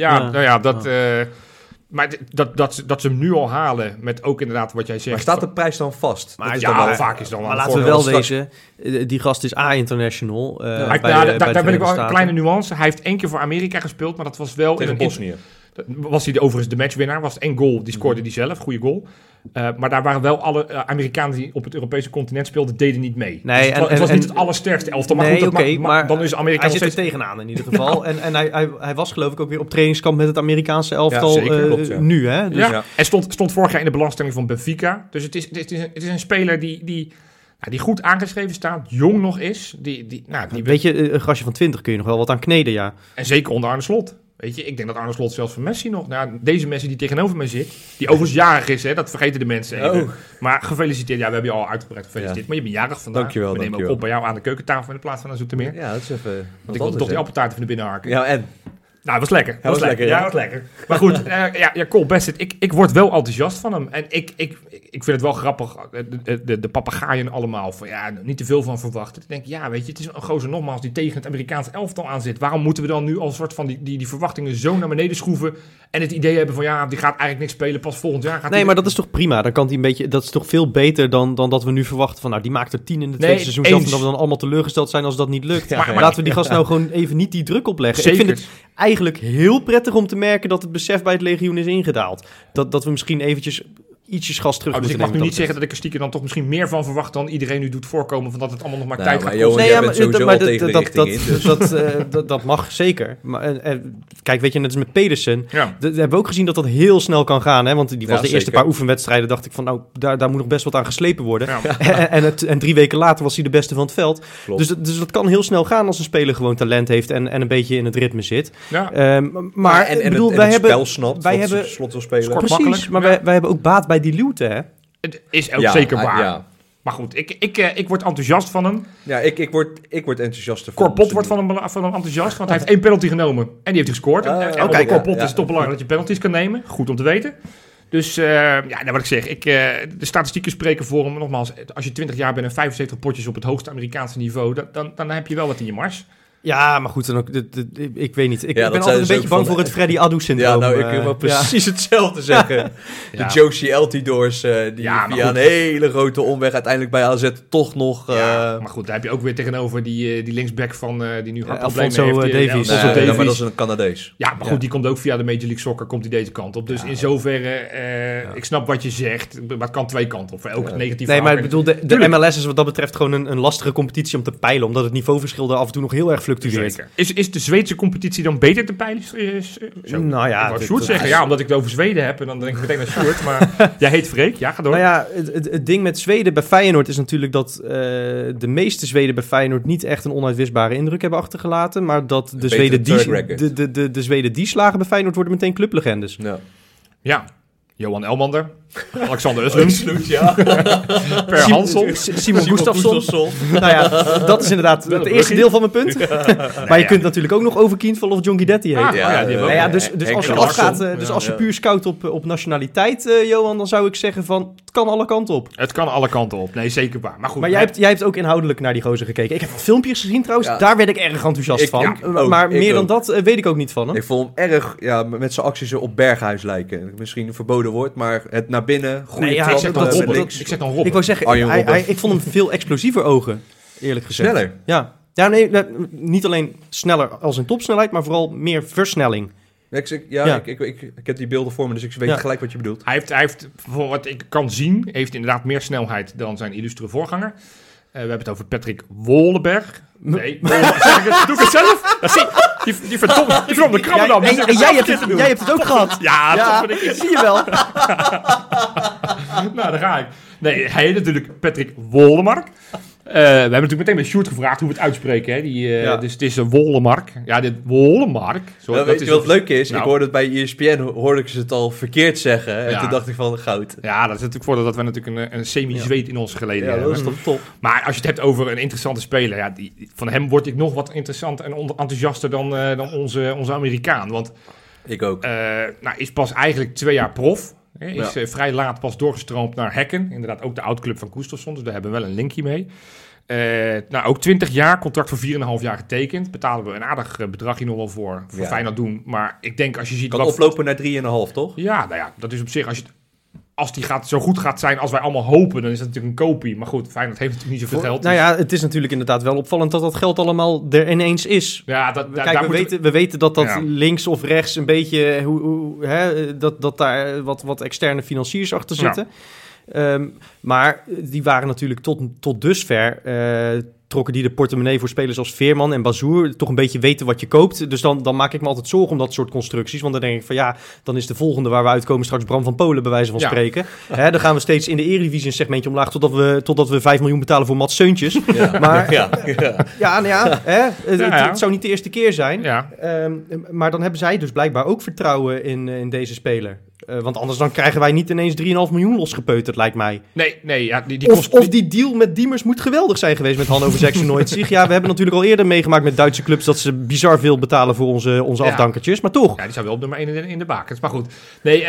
Maar dat ze hem nu al halen met ook inderdaad wat jij zegt. Maar staat de prijs dan vast? Maar vaak is dan wel. Maar laten we wel wezen, die gast is A-international. Daar ben ik wel een kleine nuance. Hij heeft 1 keer voor Amerika gespeeld, maar dat was wel tegen Bosnië. Was hij overigens de matchwinnaar. Was het 1 goal, die scoorde hij zelf. Goede goal. Maar daar waren wel alle Amerikanen die op het Europese continent speelden, deden niet mee. Nee, dus het was niet het allersterkste elftal. Maar goed, maar dan is Amerika hij nog zit er steeds... tegenaan in ieder geval. En hij was geloof ik ook weer op trainingskamp met het Amerikaanse elftal zeker, klopt, ja. nu. Hè? Dus, Ja. En stond vorig jaar in de belangstelling van Benfica. Dus het is een speler die goed aangeschreven staat, jong nog is. weet je, een gastje van 20 kun je nog wel wat aan kneden, ja. En zeker onder Arne Slot. Weet je, ik denk dat Arne Slot zelfs van Messi nog... Nou, deze Messi die tegenover mij zit, die overigens jarig is, hè, dat vergeten de mensen even. Oh. Maar gefeliciteerd, ja, we hebben je al uitgebreid gefeliciteerd. Maar je bent jarig vandaag. Dankjewel, we nemen ook op bij jou aan de keukentafel in plaats van aan Zoetermeer. Ja, dat is even... Want ik wilde toch die appeltaart even naar binnen harken. Ja, en? Nou, was lekker. Was lekker, Ja, ja. was lekker. Maar goed, Cole Bassett, ik word wel enthousiast van hem. En ik vind het wel grappig, de papegaaien allemaal, van niet te veel van verwachten. Ik denk, weet je, het is een gozer nogmaals die tegen het Amerikaanse elftal aan zit. Waarom moeten we dan nu al een soort van die verwachtingen zo naar beneden schroeven en het idee hebben van, die gaat eigenlijk niks spelen, pas volgend jaar gaat hij... Maar dat is toch prima? Dan kan hij een beetje, dat is toch veel beter dan dat we nu verwachten van, die maakt er 10 in de tweede seizoen zelf en dat we dan allemaal teleurgesteld zijn als dat niet lukt. Maar laten we die gast nou gewoon even niet die druk opleggen. Zeker. Ik vind het eigenlijk heel prettig om te merken dat het besef bij het legioen is ingedaald. Dat we misschien eventjes ietsjes gas terug dus moeten ik mag nemen. nu niet zeggen dat ik er stiekem dan toch misschien meer van verwacht dan iedereen nu doet voorkomen, van dat het allemaal nog maar tijd gaat Johan, kosten. jij bent sowieso al tegen de richting in. Dat mag zeker. Maar, kijk, weet je, net als met Pedersen. Ja. We hebben ook gezien dat heel snel kan gaan. Hè? Want die was de eerste zeker. paar oefenwedstrijden. Dacht ik van, daar moet nog best wat aan geslepen worden. Ja. En 3 weken later was hij de beste van het veld. Klopt. Dus dat kan heel snel gaan als een speler gewoon talent heeft en een beetje in het ritme zit. Ja. Maar ik bedoel, wij het hebben... spel snapt, wij wat hebben- Slot wil spelen. Scoort Precies, makkelijk. maar Ja. wij hebben ook baat bij die luwte, hè? Het is ook zeker waar. Ja. Maar goed, ik word enthousiast van hem. Ja, ik word enthousiaster van Corpot hem. wordt van hem enthousiast, want hij heeft 1 penalty genomen en die heeft hij gescoord. En onder Corpot is het toch belangrijk dat je penalties kan nemen. Goed om te weten. Dus wat ik zeg, de statistieken spreken voor hem. Nogmaals, als je 20 jaar bent en 75 potjes op het hoogste Amerikaanse niveau, dan heb je wel wat in je mars. Ja, maar goed, dan ook, ik weet niet. Ik ben dat altijd zijn een ze beetje ook bang van- voor het Freddy Adu-syndroom. Ja, ik wil precies hetzelfde zeggen. Ja. De Josie Altidors, die Ja, maar via goed. een hele grote omweg uiteindelijk bij AZ toch nog... Maar goed, daar heb je ook weer tegenover die linksback van die nu hartproblemen Alfonso heeft. Davies. Alfonso nee, Davies. maar dat is een Canadees. Ja, maar goed, die komt ook via de Major League Soccer, komt hij deze kant op. Dus in zoverre, ik snap wat je zegt, maar het kan 2 kanten op. Voor elk negatief Nee, maar ik verhaal. bedoel, de MLS is wat dat betreft gewoon een lastige competitie om te peilen. Omdat het niveauverschil er af en toe nog heel erg fluctueert. Zeker. Is de Zweedse competitie dan beter te peilen? Zo. Nou ja, Ik wou dit- Sjoerd dat zeggen, is- ja, omdat ik het over Zweden heb. En dan denk ik meteen aan Sjoerd. Maar jij heet Freek, ja, ga door. Nou ja, het ding met Zweden bij Feyenoord is natuurlijk dat de meeste Zweden bij Feyenoord niet echt een onuitwisbare indruk hebben achtergelaten. Maar dat de betere Zweden track die, record. de Zweden die slagen bij Feyenoord worden meteen clublegendes. Ja. Ja, Johan Elmander, Alexander Uslund, Per Sim- Hansel. Simon Gustafsson. Nou ja, dat is inderdaad Wel het een eerste brugje. deel van mijn punt. Maar je kunt natuurlijk ook nog over Kienval of John Guidetti heen. Ah, die hebben we ook. Nou ja, dus Henk als je Larsson. afgaat, dus als je puur scout op nationaliteit, Johan, dan zou ik zeggen van, het kan alle kanten op. Het kan alle kanten op. Nee, zeker waar. Maar goed. Maar jij hebt ook inhoudelijk naar die gozer gekeken. Ik heb wat filmpjes gezien trouwens, Ja. daar werd ik erg enthousiast Ik- van. ja, ook. Maar Ik meer dan ook. dat weet ik ook niet van hem. Ik vond hem erg, met zijn acties op Berghuis lijken. Misschien een verboden woord, maar het naar binnen, goede Nee, ja, trap, ik zeg dan dat- Robben. dat- links. Ik zeg dan Robben. Ik wou zeggen, Arjen Robben. ik vond hem veel explosiever ogen, eerlijk gezegd. Sneller. Ja, niet alleen sneller als in topsnelheid, maar vooral meer versnelling. Ik heb die beelden voor me, dus ik weet Ja. gelijk wat je bedoelt. Hij heeft, voor wat ik kan zien, heeft inderdaad meer snelheid dan zijn illustere voorganger. We hebben het over Patrick Wolleberg. Nee, doe ik het zelf? Ja, zie, die verdomde krabberdam. En jij hebt het ook gehad. Ja, Ja, toch vind ik het. zie je wel. Nou, daar ga ik. Nee, hij heet natuurlijk Patrick Wollemark. We hebben natuurlijk meteen met Sjoerd gevraagd hoe we het uitspreken. Hè? Dus het is een Wollemark. Ja, dit Wollemark. Weet je wat leuk is? Nou. Ik hoorde het bij ESPN, hoorde ik ze het al verkeerd zeggen. En Ja. toen dacht ik van, goud. Ja, dat is natuurlijk voordeel dat we natuurlijk een semi-zweet in ons geleden Ja, hebben. dat is toch top. Maar als je het hebt over een interessante speler, ja, van hem word ik nog wat interessanter en enthousiaster dan onze Amerikaan. Want Ik ook. is pas eigenlijk 2 jaar prof. Hè, is Ja. vrij laat pas doorgestroomd naar Hekken. Inderdaad ook de oud-club van Gustafsson, dus daar hebben we wel een linkje mee. Ook 20 jaar, contract voor 4,5 jaar getekend. Betalen we een aardig bedragje nog wel voor Ja. Feyenoord doen. Maar ik denk als je ziet Kan oplopen naar 3,5, toch? Ja, nou ja, dat is op zich, als je het als die zo goed gaat zijn als wij allemaal hopen, dan is dat natuurlijk een kopie. Maar goed, Feyenoord heeft natuurlijk niet zoveel geld. Nou ja, het is natuurlijk inderdaad wel opvallend dat geld allemaal er ineens is. Ja, we weten dat links of rechts een beetje... dat daar wat externe financiers achter zitten. Ja. Maar die waren natuurlijk tot dusver... trokken die de portemonnee voor spelers als Veerman en Bazoer toch een beetje weten wat je koopt. Dus dan maak ik me altijd zorgen om dat soort constructies. Want dan denk ik van dan is de volgende waar we uitkomen straks Bram van Polen, bij wijze van spreken. Dan gaan we steeds in de Eredivisie een segmentje omlaag totdat we 5 miljoen betalen voor Mats Seuntjes. Ja. Maar het zou niet de eerste keer zijn. Ja. Maar dan hebben zij dus blijkbaar ook vertrouwen in deze speler. Want anders dan krijgen wij niet ineens 3,5 miljoen losgepeuterd, lijkt mij. Nee. Ja, of die deal met Diemers moet geweldig zijn geweest met Hannover 96. Ja, we hebben natuurlijk al eerder meegemaakt met Duitse clubs dat ze bizar veel betalen voor onze afdankertjes. Maar toch. Ja, die zijn wel op nummer 1 in de bakens. Maar goed. Nee,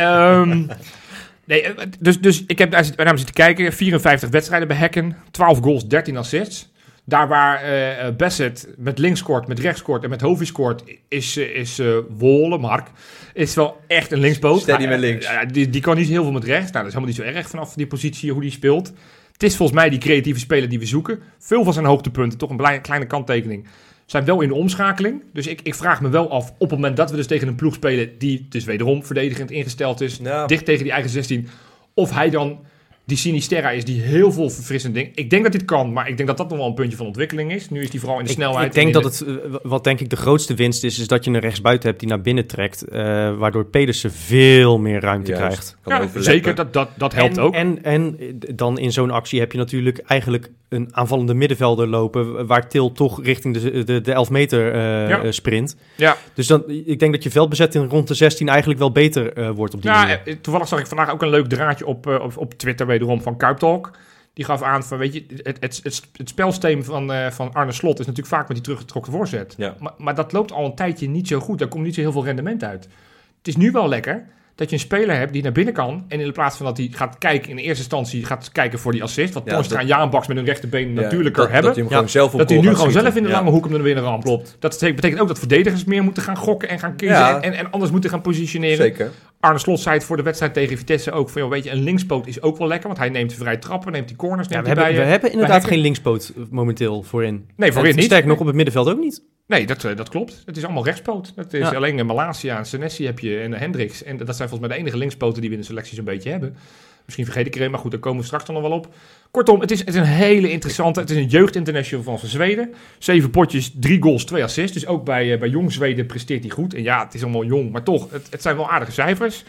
dus ik heb daar zitten kijken. 54 wedstrijden bij Häcken. 12 goals, 13 assists. Daar waar Bassett met links scoort, met rechts scoort en met Hovey scoort, is Wollemark. Is wel echt een linkspoot. Steady met links. Die kan niet heel veel met rechts. Nou, dat is helemaal niet zo erg vanaf die positie, hoe die speelt. Het is volgens mij die creatieve speler die we zoeken. Veel van zijn hoogtepunten, toch een kleine kanttekening, zijn wel in de omschakeling. Dus ik vraag me wel af, op het moment dat we dus tegen een ploeg spelen die dus wederom verdedigend ingesteld is, dicht tegen die eigen 16, of hij dan die Sinisterra is die heel veel verfrissend ding. Ik denk dat dit kan, maar ik denk dat dat nog wel een puntje van ontwikkeling is. Nu is die vooral in de snelheid. Ik denk dat het, wat denk ik de grootste winst is dat je een rechtsbuiten hebt die naar binnen trekt, waardoor Pedersen veel meer ruimte krijgt. Ja, zeker, dat helpt ook. En dan in zo'n actie heb je natuurlijk eigenlijk een aanvallende middenvelder lopen, waar Til toch richting de 11 meter sprint. Ja. Dus ik denk dat je veldbezetting rond de 16 eigenlijk wel beter wordt op die manier. Toevallig zag ik vandaag ook een leuk draadje op Twitter wederom van Kuiptalk. Die gaf aan van, weet je, het spelsysteem van Arne Slot is natuurlijk vaak met die teruggetrokken voorzet. Ja. Maar dat loopt al een tijdje niet zo goed. Daar komt niet zo heel veel rendement uit. Het is nu wel lekker dat je een speler hebt die naar binnen kan en in plaats van dat hij gaat kijken, in de eerste instantie gaat kijken voor die assist, wat Toornstra en Jaanbaks met hun rechterbeen natuurlijker hebben. Dat hij nu gewoon zelf in de lange hoek hem er binnen ramt. Klopt. Dat betekent ook dat verdedigers meer moeten gaan gokken en gaan kiezen en anders moeten gaan positioneren. Zeker. Arne Slot zei het voor de wedstrijd tegen Vitesse ook van, weet je, een linkspoot is ook wel lekker, want hij neemt vrij trappen, neemt die corners, we hebben inderdaad geen linkspoot momenteel voorin. Nee, voorin niet. Sterk nog op het middenveld ook niet. Nee, dat klopt. Het is allemaal rechtspoot. Het is alleen Malasia en Senesi heb je en Hendricks. En dat zijn volgens mij de enige linkspoten die we in de selectie zo'n beetje hebben. Misschien vergeet ik er een, maar goed, daar komen we straks dan nog wel op. Kortom, het is een hele interessante. Het is een jeugdinternational van Zweden. 7 potjes, 3 goals, 2 assists. Dus ook bij jong Zweden presteert hij goed. En ja, het is allemaal jong, maar toch, het zijn wel aardige cijfers.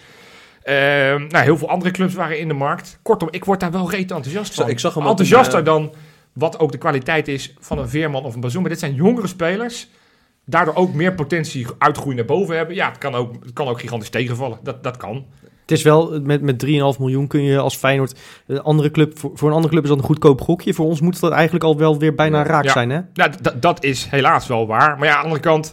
Heel veel andere clubs waren in de markt. Kortom, ik word daar wel reet enthousiast van. Ik zag hem enthousiaster dan wat ook de kwaliteit is van een Veerman of een Bazoer. Maar dit zijn jongere spelers, daardoor ook meer potentie uitgroeien naar boven hebben. Ja, het kan ook gigantisch tegenvallen. Dat kan. Het is wel, met 3,5 miljoen kun je als Feyenoord, voor een andere club is dat een goedkoop gokje. Voor ons moet dat eigenlijk al wel weer bijna raak zijn, hè? Ja, dat is helaas wel waar. Maar ja, aan de andere kant,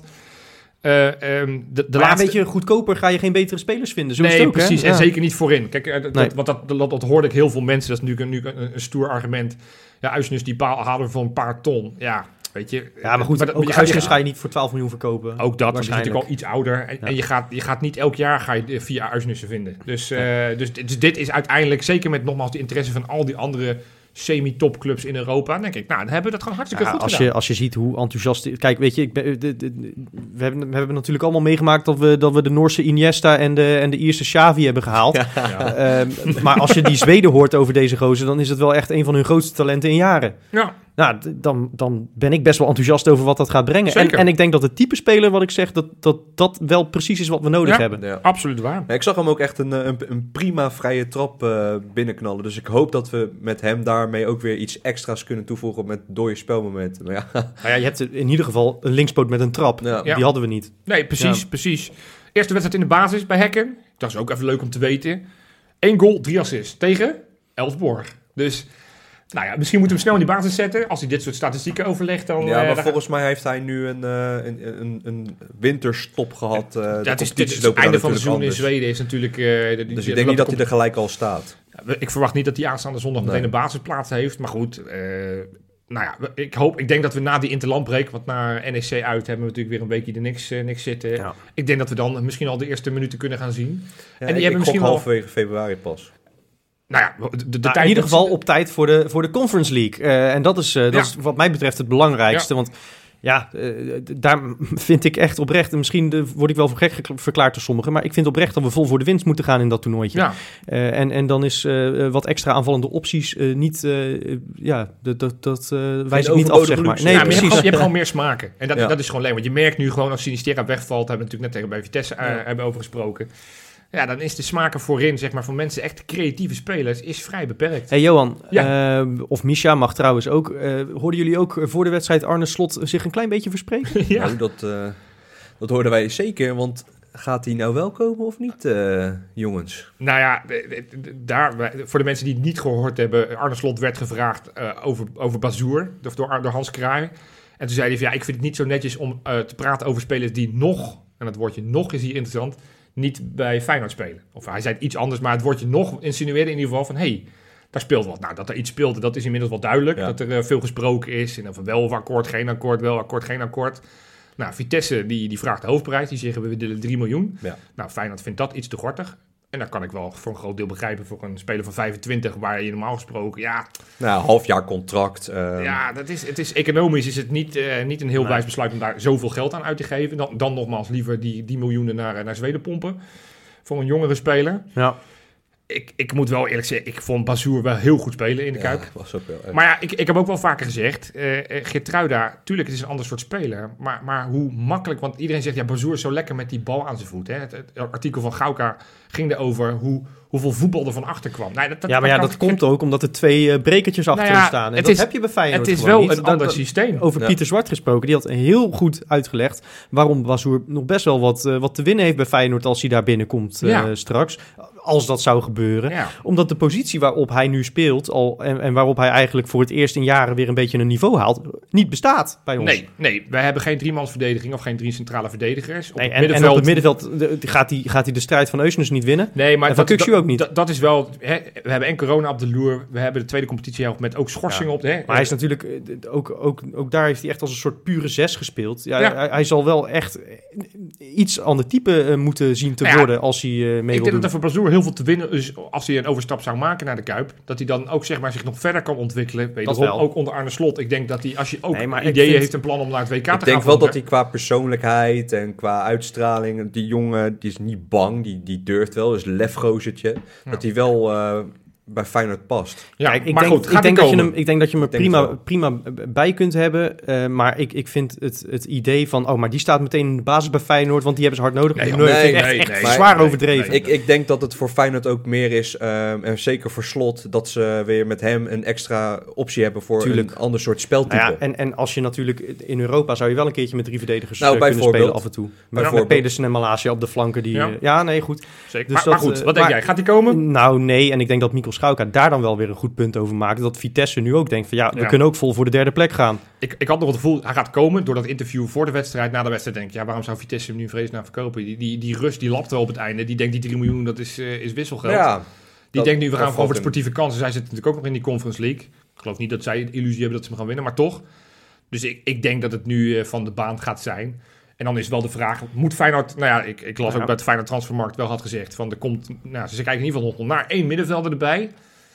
de laatste... weet je, goedkoper ga je geen betere spelers vinden. Zo nee, is het ook, precies. Hè? En zeker niet voorin. Kijk, dat hoorde ik heel veel mensen. Dat is natuurlijk een stoer argument. Ja, Uisnes die halen voor een paar ton. Ja, weet je. Ja, maar goed, Uisnes ga je niet voor 12 miljoen verkopen. Ook dat, is natuurlijk al iets ouder. En je gaat niet elk jaar via Uisnessen vinden. Dus dit is uiteindelijk, zeker met nogmaals de interesse van al die andere semi-topclubs in Europa, dan denk ik, nou, dan hebben we dat gewoon hartstikke goed gedaan. Als je ziet hoe enthousiast... Kijk, weet je, we hebben natuurlijk allemaal meegemaakt dat we de Noorse Iniesta en de Ierse Xavi hebben gehaald. Ja. Maar als je die Zweden hoort over deze gozer, dan is het wel echt een van hun grootste talenten in jaren. Ja. Nou, dan ben ik best wel enthousiast over wat dat gaat brengen. En ik denk dat het type speler, wat ik zeg, dat wel precies is wat we nodig hebben. Ja, absoluut waar. Ja, ik zag hem ook echt een prima vrije trap binnenknallen. Dus ik hoop dat we met hem daarmee ook weer iets extra's kunnen toevoegen met dode spelmomenten. Maar je hebt in ieder geval een linkspoot met een trap. Ja. Die hadden we niet. Nee, precies. Eerste wedstrijd in de basis bij Häcken. Dat is ook even leuk om te weten. 1 goal, 3 assists tegen Elfsborg. Dus... Nou ja, misschien moeten we hem snel in die basis zetten. Als hij dit soort statistieken overlegt, dan... Ja, maar volgens mij heeft hij nu een winterstop gehad. Het einde van het seizoen in Zweden is natuurlijk... Dus ik denk niet dat hij er gelijk al staat. Ja, ik verwacht niet dat hij aanstaande zondag meteen een basisplaats heeft. Maar goed, ik denk dat we na die interlandbreak, want na NEC uit hebben we natuurlijk weer een weekje er niks zitten. Ja. Ik denk dat we dan misschien al de eerste minuten kunnen gaan zien. Ja, en die hebben misschien halverwege februari pas. Nou ja, de tijd... In ieder geval op tijd voor de Conference League. En dat is wat mij betreft het belangrijkste. Want daar vind ik echt oprecht... En misschien word ik wel voor gek verklaard door sommigen... maar ik vind oprecht dat we vol voor de winst moeten gaan in dat toernooitje. Ja. En dan is wat extra aanvallende opties niet... dat wijs ik niet af, zeg maar. Nee, precies. Je precies. hebt gewoon meer smaken. En dat is gewoon leuk. Want je merkt nu gewoon als Sinisterra wegvalt... hebben we natuurlijk net tegen bij Vitesse hebben over gesproken... Ja, dan is de smaken voorin, zeg maar, van mensen echt creatieve spelers, is vrij beperkt. Hey Johan, of Misha mag trouwens ook. Hoorden jullie ook voor de wedstrijd Arne Slot zich een klein beetje verspreken? Ja. Nou, dat hoorden wij zeker, want gaat hij nou wel komen of niet, jongens? Nou ja, voor de mensen die het niet gehoord hebben, Arne Slot werd gevraagd over Bazoer, door Hans Kraai. En toen zei hij van, ik vind het niet zo netjes om te praten over spelers die nog, en het woordje nog is hier interessant... niet bij Feyenoord spelen. Of hij zei iets anders, maar het woordje nog insinueerde in ieder geval van... daar speelt wat. Nou, dat er iets speelde, dat is inmiddels wel duidelijk. Ja. Dat er veel gesproken is. En of wel of akkoord, geen akkoord, wel akkoord, geen akkoord. Nou, Vitesse die vraagt de hoofdprijs. Die zeggen, we willen 3 miljoen. Ja. Nou, Feyenoord vindt dat iets te gortig. En dat kan ik wel voor een groot deel begrijpen voor een speler van 25... waar je normaal gesproken, Nou, halfjaar contract. Ja, het is economisch is het niet een heel wijs besluit om daar zoveel geld aan uit te geven. Dan nogmaals liever die miljoenen naar Zweden pompen. Voor een jongere speler. Ja. Ik moet wel eerlijk zeggen, ik vond Bazoer wel heel goed spelen in de Kuip. Was ook wel, maar ja, ik heb ook wel vaker gezegd, Geertruida, tuurlijk, het is een ander soort speler. Maar hoe makkelijk, want iedereen zegt, Bazoer is zo lekker met die bal aan zijn voet. Hè? Het artikel van Gauka ging erover hoeveel voetbal er van achter kwam. Nou, dat komt ook omdat er 2 brekertjes achter hem staan. En dat heb je bij Feyenoord. Het is wel een ander systeem. Over Pieter Zwart gesproken, die had heel goed uitgelegd waarom Bazoer nog best wel wat te winnen heeft bij Feyenoord als hij daar binnenkomt straks. Als dat zou gebeuren. Ja. Omdat de positie waarop hij nu speelt en waarop hij eigenlijk voor het eerst in jaren weer een beetje een niveau haalt, niet bestaat bij ons. Nee, wij hebben geen 3-mansverdediging of geen 3 centrale verdedigers. Op het middenveld gaat hij de strijd van Eusnes niet winnen. Nee, maar en van Kukshu ook niet. Dat is wel... We hebben en corona op de loer. We hebben de tweede competitiehelft met ook schorsingen op. Maar hij is natuurlijk... Ook daar heeft hij echt als een soort pure 6 gespeeld. Hij zal wel echt iets ander type moeten zien te worden als hij mee wil doen. Ik denk dat er voor Bazoer heel veel te winnen is als hij een overstap zou maken naar de Kuip. Dat hij dan ook zeg maar zich nog verder kan ontwikkelen. Wederom ook onder Arne Slot. Ik denk dat hij, als je ook ideeën heeft, een plan om naar het WK te gaan. Ik denk wel dat hij qua persoonlijkheid en qua uitstraling, die jongen, die is niet bang, die durft wel, dus lefgozertje, dat hij wel bij Feyenoord past. Ja, ik denk dat je hem prima bij kunt hebben. Maar ik vind het idee van, maar die staat meteen in de basis bij Feyenoord, want die hebben ze hard nodig. Nee, echt zwaar overdreven. Ik denk dat het voor Feyenoord ook meer is, en zeker voor Slot, dat ze weer met hem een extra optie hebben voor een ander soort speltype. En als je natuurlijk in Europa zou je wel een keertje met 3 verdedigers kunnen spelen af en toe. Met Pedersen en Malasia op de flanken. Goed. Zeker. Dus maar goed, wat denk jij? Gaat die komen? Nou, nee. En ik denk dat Mikkel Schauka daar dan wel weer een goed punt over maakt. Dat Vitesse nu ook denkt van we kunnen ook vol voor de 3e plek gaan. Ik had nog het gevoel, hij gaat komen door dat interview voor de wedstrijd. Na de wedstrijd denk ik, waarom zou Vitesse hem nu vreselijk naar verkopen? Die rust, die lapt wel op het einde. Die denkt die 3 miljoen, dat is wisselgeld. Ja, die denkt nu, we gaan over de sportieve kansen. Zij zitten natuurlijk ook nog in die Conference League. Ik geloof niet dat zij de illusie hebben dat ze hem gaan winnen, maar toch. Dus ik denk dat het nu van de baan gaat zijn. En dan is wel de vraag, moet Feyenoord... ik las ook dat de Feyenoord Transfermarkt wel had gezegd van, er komt... ze kijken in ieder geval nog naar 1 middenvelder erbij.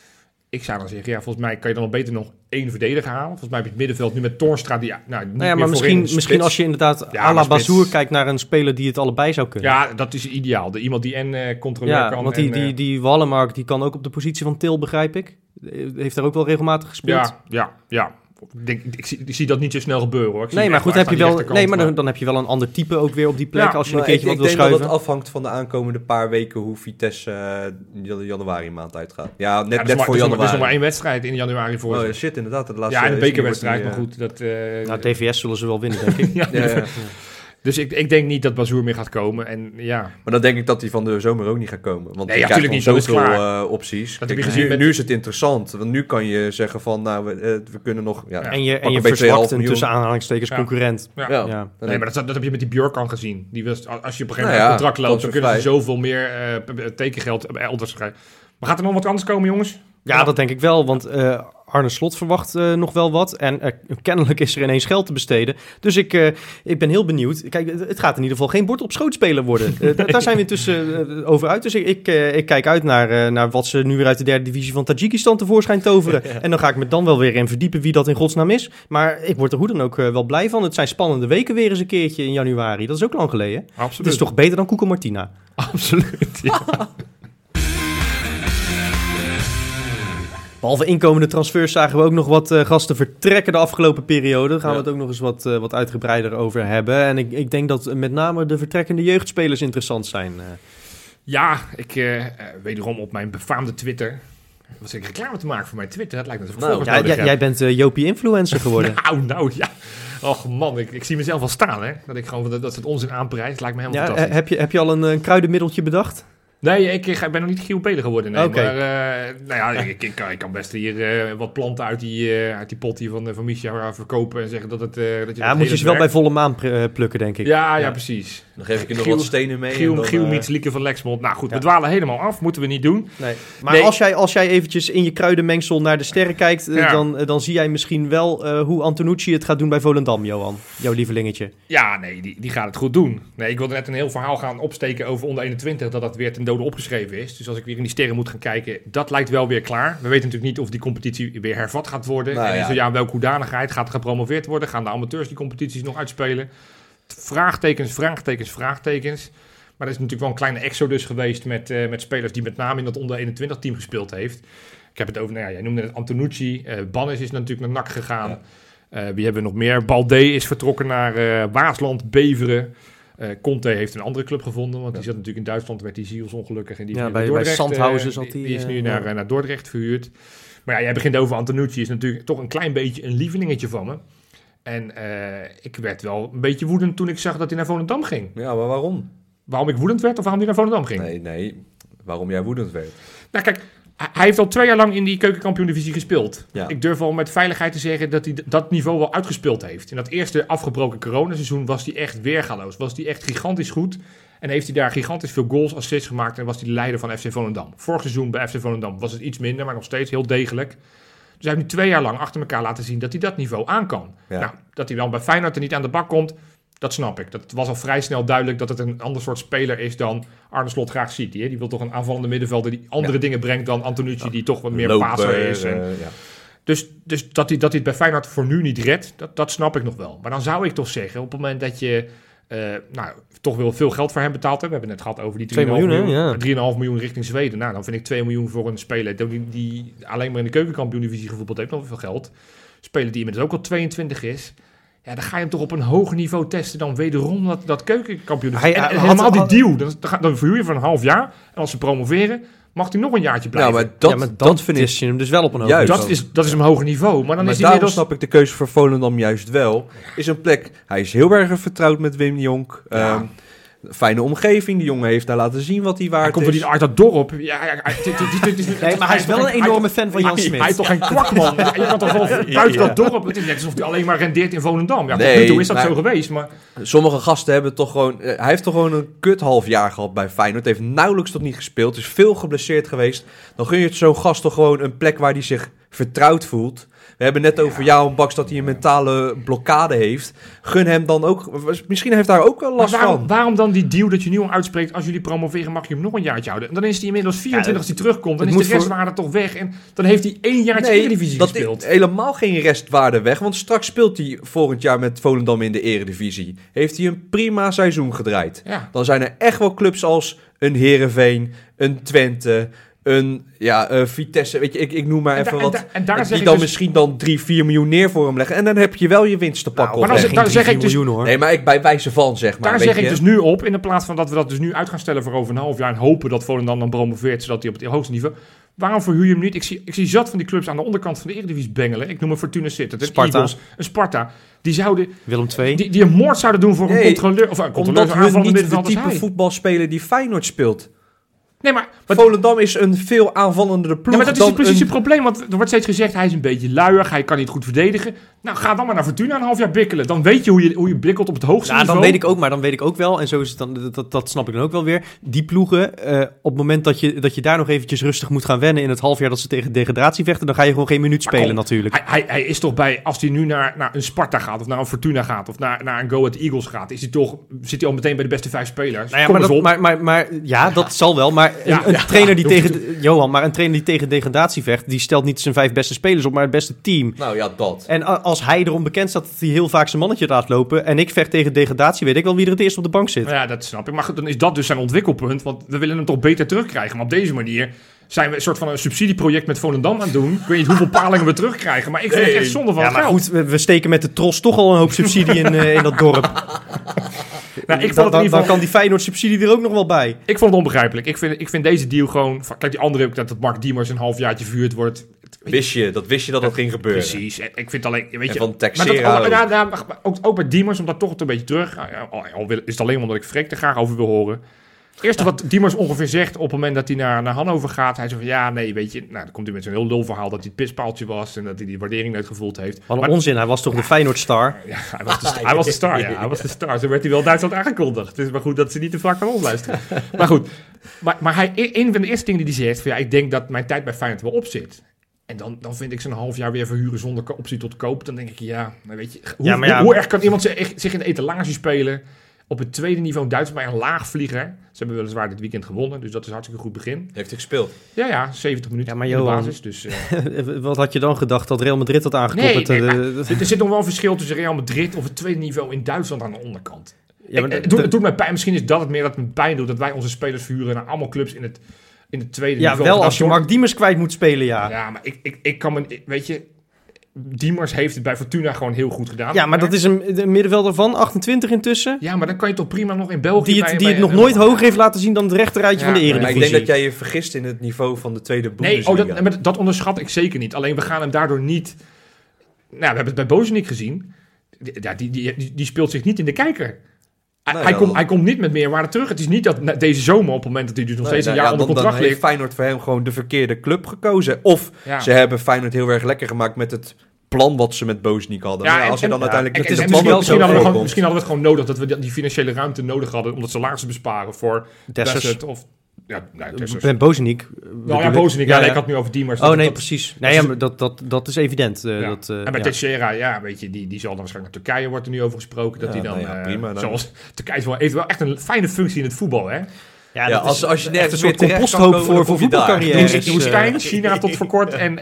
Ik zou dan zeggen, volgens mij kan je dan nog beter nog 1 verdediger halen. Volgens mij heb je het middenveld nu met Toornstra die maar misschien als je inderdaad à la Bazoer kijkt naar een speler die het allebei zou kunnen. Ja, dat is ideaal. Iemand die controleur kan. Want die Wallenmark, die kan ook op de positie van Til, begrijp ik. Heeft daar ook wel regelmatig gespeeld. Ja. Ik zie dat niet zo snel gebeuren, hoor. Maar goed, heb je wel. Dan heb je wel een ander type ook weer op die plek als je een keertje wat wil schuiven. Ik denk dat het afhangt van de aankomende paar weken hoe Vitesse de januari maand uitgaat. Ja, net voor januari. Er is nog maar 1 wedstrijd in januari voor. Oh shit, inderdaad. De laatste. Ja, en de bekerwedstrijd, maar goed. TVS zullen ze wel winnen, denk ik. Ja. Dus ik denk niet dat Bazoer meer gaat komen. En, Maar dan denk ik dat hij van de zomer ook niet gaat komen. Want je krijgt niet zoveel opties. Dat heb je gezien nu is het interessant. Want nu kan je zeggen van, we kunnen nog... En je verzwakt een tussen aanhalingstekens concurrent. Ja. Nee, maar dat heb je met die Björkan gezien. Die was, als je op een gegeven moment contract loopt, dan kunnen ze zoveel meer tekengeld elders krijgen. Maar gaat er nog wat anders komen, jongens? Ja, dat denk ik wel, want Arne Slot verwacht nog wel wat. En kennelijk is er ineens geld te besteden. Dus ik ben heel benieuwd. Kijk, het gaat in ieder geval geen bord op schoot spelen worden. Daar zijn we intussen over uit. Dus ik kijk uit naar wat ze nu weer uit de derde divisie van Tajikistan tevoorschijn toveren. Ja. En dan ga ik me dan wel weer in verdiepen wie dat in godsnaam is. Maar ik word er hoe dan ook wel blij van. Het zijn spannende weken weer eens een keertje in januari. Dat is ook lang geleden. Absoluut. Het is toch beter dan Cuco Martina? Absoluut, ja. Behalve inkomende transfers zagen we ook nog wat gasten vertrekken de afgelopen periode. Daar gaan we het ook nog eens wat uitgebreider over hebben. En ik denk dat met name de vertrekkende jeugdspelers interessant zijn. Ja, ik wederom op mijn befaamde Twitter. Was ik reclame te maken voor mijn Twitter? Het lijkt net alsof ik jij bent Jopie-influencer geworden. nou ja. Och man, ik zie mezelf al staan, hè. Dat ik gewoon dat het onzin aanprijst. Lijkt me helemaal fantastisch. Heb je al een kruidenmiddeltje bedacht? Nee, ik ben nog niet GOP'er geworden. Nee. Okay. Maar ik kan best hier wat planten uit die pot hier van Misha verkopen en zeggen dat het... dat je moet je ze wel bij volle maan plukken, denk ik. Ja, precies. Dan geef ik je nog wat stenen mee. Giel meets Lieke van Lexmond. Nou goed, we dwalen helemaal af. Moeten we niet doen. Nee. Maar als jij eventjes in je kruidenmengsel naar de sterren kijkt, dan zie jij misschien wel hoe Antonucci het gaat doen bij Volendam, Johan. Jouw lievelingetje. Ja, nee, die gaat het goed doen. Nee, ik wilde net een heel verhaal gaan opsteken over onder 21, dat weer ten dode opgeschreven is. Dus als ik weer in die sterren moet gaan kijken, dat lijkt wel weer klaar. We weten natuurlijk niet of die competitie weer hervat gaat worden. Nou, en zo ja, welke hoedanigheid gaat er gepromoveerd worden? Gaan de amateurs die competities nog uitspelen? Vraagtekens. Maar er is natuurlijk wel een kleine exodus geweest met spelers die met name in dat onder 21 team gespeeld heeft. Ik heb het over, jij noemde het Antonucci. Bannis is natuurlijk naar NAC gegaan. Ja. Wie hebben we nog meer? Balde is vertrokken naar Waasland, Beveren. Conte heeft een andere club gevonden, want die zat natuurlijk in Duitsland, werd die zielsongelukkig. En die is bij Dordrecht, Sandhausen zat die is nu naar Dordrecht verhuurd. Maar ja, jij begint over Antonucci, is natuurlijk toch een klein beetje een lievelingetje van me. En ik werd wel een beetje woedend toen ik zag dat hij naar Volendam ging. Ja, maar waarom? Waarom ik woedend werd of waarom hij naar Volendam ging? Nee, waarom jij woedend werd. Nou kijk, hij heeft al 2 jaar lang in die keukenkampioen-divisie gespeeld. Ja. Ik durf al met veiligheid te zeggen dat hij dat niveau wel uitgespeeld heeft. In dat eerste afgebroken coronaseizoen was hij echt weergaloos. Was hij echt gigantisch goed. En heeft hij daar gigantisch veel goals, assists gemaakt. En was hij de leider van FC Volendam. Vorig seizoen bij FC Volendam was het iets minder, maar nog steeds heel degelijk. Dus hij heeft nu 2 jaar lang achter elkaar laten zien dat hij dat niveau aan kan. Ja. Nou, dat hij dan bij Feyenoord er niet aan de bak komt, dat snap ik. Dat was al vrij snel duidelijk dat het een ander soort speler is dan Arne Slot graag ziet. Die wil toch een aanvallende middenvelder die andere dingen brengt dan Antonucci, die toch wat meer passer is. Dus dat hij het bij Feyenoord voor nu niet redt, dat snap ik nog wel. Maar dan zou ik toch zeggen, op het moment dat je toch wel veel geld voor hem betaald hebt. We hebben het net gehad over die 3,5 miljoen richting Zweden. Nou, dan vind ik 2 miljoen voor een speler die alleen maar in de keukenkampioen-divisie gevoetbald heeft, nog veel geld. Speler die inmiddels ook al 22 is. Ja, dan ga je hem toch op een hoger niveau testen dan wederom dat keukenkampioen. En helemaal die deal, dan verhuur je voor een half jaar. En als ze promoveren, mag hij nog een jaartje blijven. Ja, maar dat vind ik hem dus wel op een hoger niveau. Dat is een hoger niveau. Maar dan is hij daarom snap ik de keuze voor Volendam juist wel. Is een plek, hij is heel erg vertrouwd met Wim Jonk. Ja. Fijne omgeving. Die jongen heeft daar laten zien wat hij waard is. Komt voor die uit dat dorp. Nee, maar hij is wel een enorme fan van Jan Smit. Hij is toch geen kwakman? Je kan toch wel buiten dat dorp. Het is net alsof hij alleen maar rendeert in Volendam. Ja, tot nu toe is dat zo geweest. Maar sommige gasten hebben toch gewoon... Hij heeft toch gewoon een kut half jaar gehad bij Feyenoord. Heeft nauwelijks tot niet gespeeld. Is veel geblesseerd geweest. Dan gun je het zo'n gast toch gewoon een plek waar hij zich vertrouwd voelt. We hebben net over Johan Baks dat hij een mentale blokkade heeft. Gun hem dan ook... Misschien heeft daar ook wel last van. Waarom dan die deal dat je nu al uitspreekt... als jullie promoveren mag je hem nog een jaartje houden? En dan is hij inmiddels 24 als hij terugkomt. Dan is de restwaarde toch weg. En dan heeft hij 1 jaartje Eredivisie gespeeld. Dat is helemaal geen restwaarde weg. Want straks speelt hij volgend jaar met Volendam in de Eredivisie. Heeft hij een prima seizoen gedraaid. Ja. Dan zijn er echt wel clubs als een Heerenveen, een Twente... een Vitesse, weet je, ik noem maar even wat. En daar die dan dus misschien dan 3-4 miljoen neer voor hem leggen. En dan heb je wel je winst te pakken. Maar dan zeg ik dus, hoor. Nee, maar bij wijze van, zeg maar. Daar zeg ik dus nu op, in de plaats van dat we dat dus nu uit gaan stellen voor over een half jaar en hopen dat Volendam dan promoveert, zodat hij op het hoogste niveau... Waarom verhuur je hem niet? Ik zie zat van die clubs aan de onderkant van de Eredivisie bengelen. Ik noem een Fortuna Sittard, een Eagles, een Sparta. Die zouden... Willem II. Die een moord zouden doen voor een controleur. Of een controleur, omdat hun niet de type voetbal spelen die Feyenoord speelt. Nee, maar Volendam is een veel aanvallendere ploeg. Ja, maar dat is precies het probleem. Want er wordt steeds gezegd, hij is een beetje luiig. Hij kan niet goed verdedigen. Nou, ga dan maar naar Fortuna een half jaar bikkelen. Dan weet je hoe je bikkelt op het hoogste niveau. Dan weet ik ook wel. En zo is het dan, dat snap ik dan ook wel weer. Die ploegen, op het moment dat je daar nog eventjes rustig moet gaan wennen in het half jaar dat ze tegen degratie vechten, dan ga je gewoon geen minuut spelen natuurlijk. Hij is toch als hij nu naar een Sparta gaat, of naar een Fortuna gaat, of naar een Go Ahead Eagles gaat, zit hij al meteen bij de beste 5 spelers. Nou ja, dat zal wel. Maar een trainer die tegen degradatie vecht, die stelt niet zijn 5 beste spelers op, maar het beste team. Nou ja, dat. En als hij erom bekend staat dat hij heel vaak zijn mannetje laat lopen en ik vecht tegen degradatie, weet ik wel wie er het eerst op de bank zit. Ja, dat snap ik. Maar dan is dat dus zijn ontwikkelpunt, want we willen hem toch beter terugkrijgen. Maar op deze manier zijn we een soort van een subsidieproject met Volendam aan het doen. Ik weet niet hoeveel palingen we terugkrijgen, maar ik vind het echt zonde van maar geld. Goed, we steken met de tros toch al een hoop subsidie in dat dorp. Nou, dan kan die Feyenoord-subsidie er ook nog wel bij. Ik vond het onbegrijpelijk. Ik vind deze deal gewoon... Kijk, die andere ook dat Mark Diemers een halfjaartje vervuurd wordt. Wist je dat ging gebeuren. Precies. Ik vind alleen... Weet en je, van Texera ook bij Diemers, om dat toch een beetje terug... Al is het alleen omdat ik Freek er graag over wil horen. Eerste wat Diemers ongeveer zegt op het moment dat hij naar Hannover gaat. Hij zegt van ja, nee, weet je... Nou, dan komt hij met zo'n heel lul verhaal dat hij het pispaaltje was en dat hij die waardering nooit gevoeld heeft. Wat een onzin, hij was toch de Feyenoord-star? Ja, hij was de star, ja. Hij was de star. Zo werd hij wel Duitsland aangekondigd. Het is maar goed dat ze niet te vaak naar ons luisteren. Maar goed. Maar een van de eerste dingen die hij zegt van ja, ik denk dat mijn tijd bij Feyenoord wel op zit. En dan vind ik ze een half jaar weer verhuren zonder optie tot koop. Dan denk ik, ja, weet je... Hoe erg kan iemand zich in de etalage spelen... Op het tweede niveau in Duitsland bij een laagvlieger. Ze hebben weliswaar dit weekend gewonnen, dus dat is een hartstikke goed begin. Heeft hij gespeeld? Ja, 70 minuten maar in de basis. Dus, wat had je dan gedacht dat Real Madrid had aangeklopt? Er zit nog wel een verschil tussen Real Madrid of het tweede niveau in Duitsland aan de onderkant. Ja, maar het doet mij pijn. Misschien is dat het meer dat het me pijn doet dat wij onze spelers verhuren naar allemaal clubs in het tweede niveau. Ja, wel als je Mark Diemers kwijt moet spelen, ja. Ja, maar ik kan me... Weet je... Diemers heeft het bij Fortuna gewoon heel goed gedaan. Ja, maar dat is een middenvelder van 28 intussen. Ja, maar dan kan je toch prima nog in België... Die het nog nooit hoger heeft laten zien dan het rechterrijtje van de Eredivisie. Maar ik denk dat jij je vergist in het niveau van de tweede Bundesliga. Nee, dat onderschat ik zeker niet. Alleen we gaan hem daardoor niet... Nou, we hebben het bij Bozenik gezien. Die speelt zich niet in de kijker. Hij komt niet met meerwaarde terug. Het is niet dat deze zomer, op het moment dat hij dus nog steeds een jaar onder contract ligt... Dan heeft Feyenoord voor hem gewoon de verkeerde club gekozen. Of ze hebben Feyenoord heel erg lekker gemaakt met het plan wat ze met Bozenik hadden. Ja, als je dan uiteindelijk... Misschien hadden we het gewoon nodig dat we die financiële ruimte nodig hadden om dat salaris te besparen voor Dessert of... Ja, Ben Bozenik. Bozenik. Ja, ik had het nu over Diemers. Precies. Nee, maar dat is evident. En bij Teixeira, weet je, die zal dan waarschijnlijk naar Turkije, wordt er nu over gesproken. Dat hij dan, prima, zoals Turkije heeft wel echt een fijne functie in het voetbal, hè? Ja, als je nergens een soort composthoop voor voetbalcarrière. Woestijn, China tot voor kort en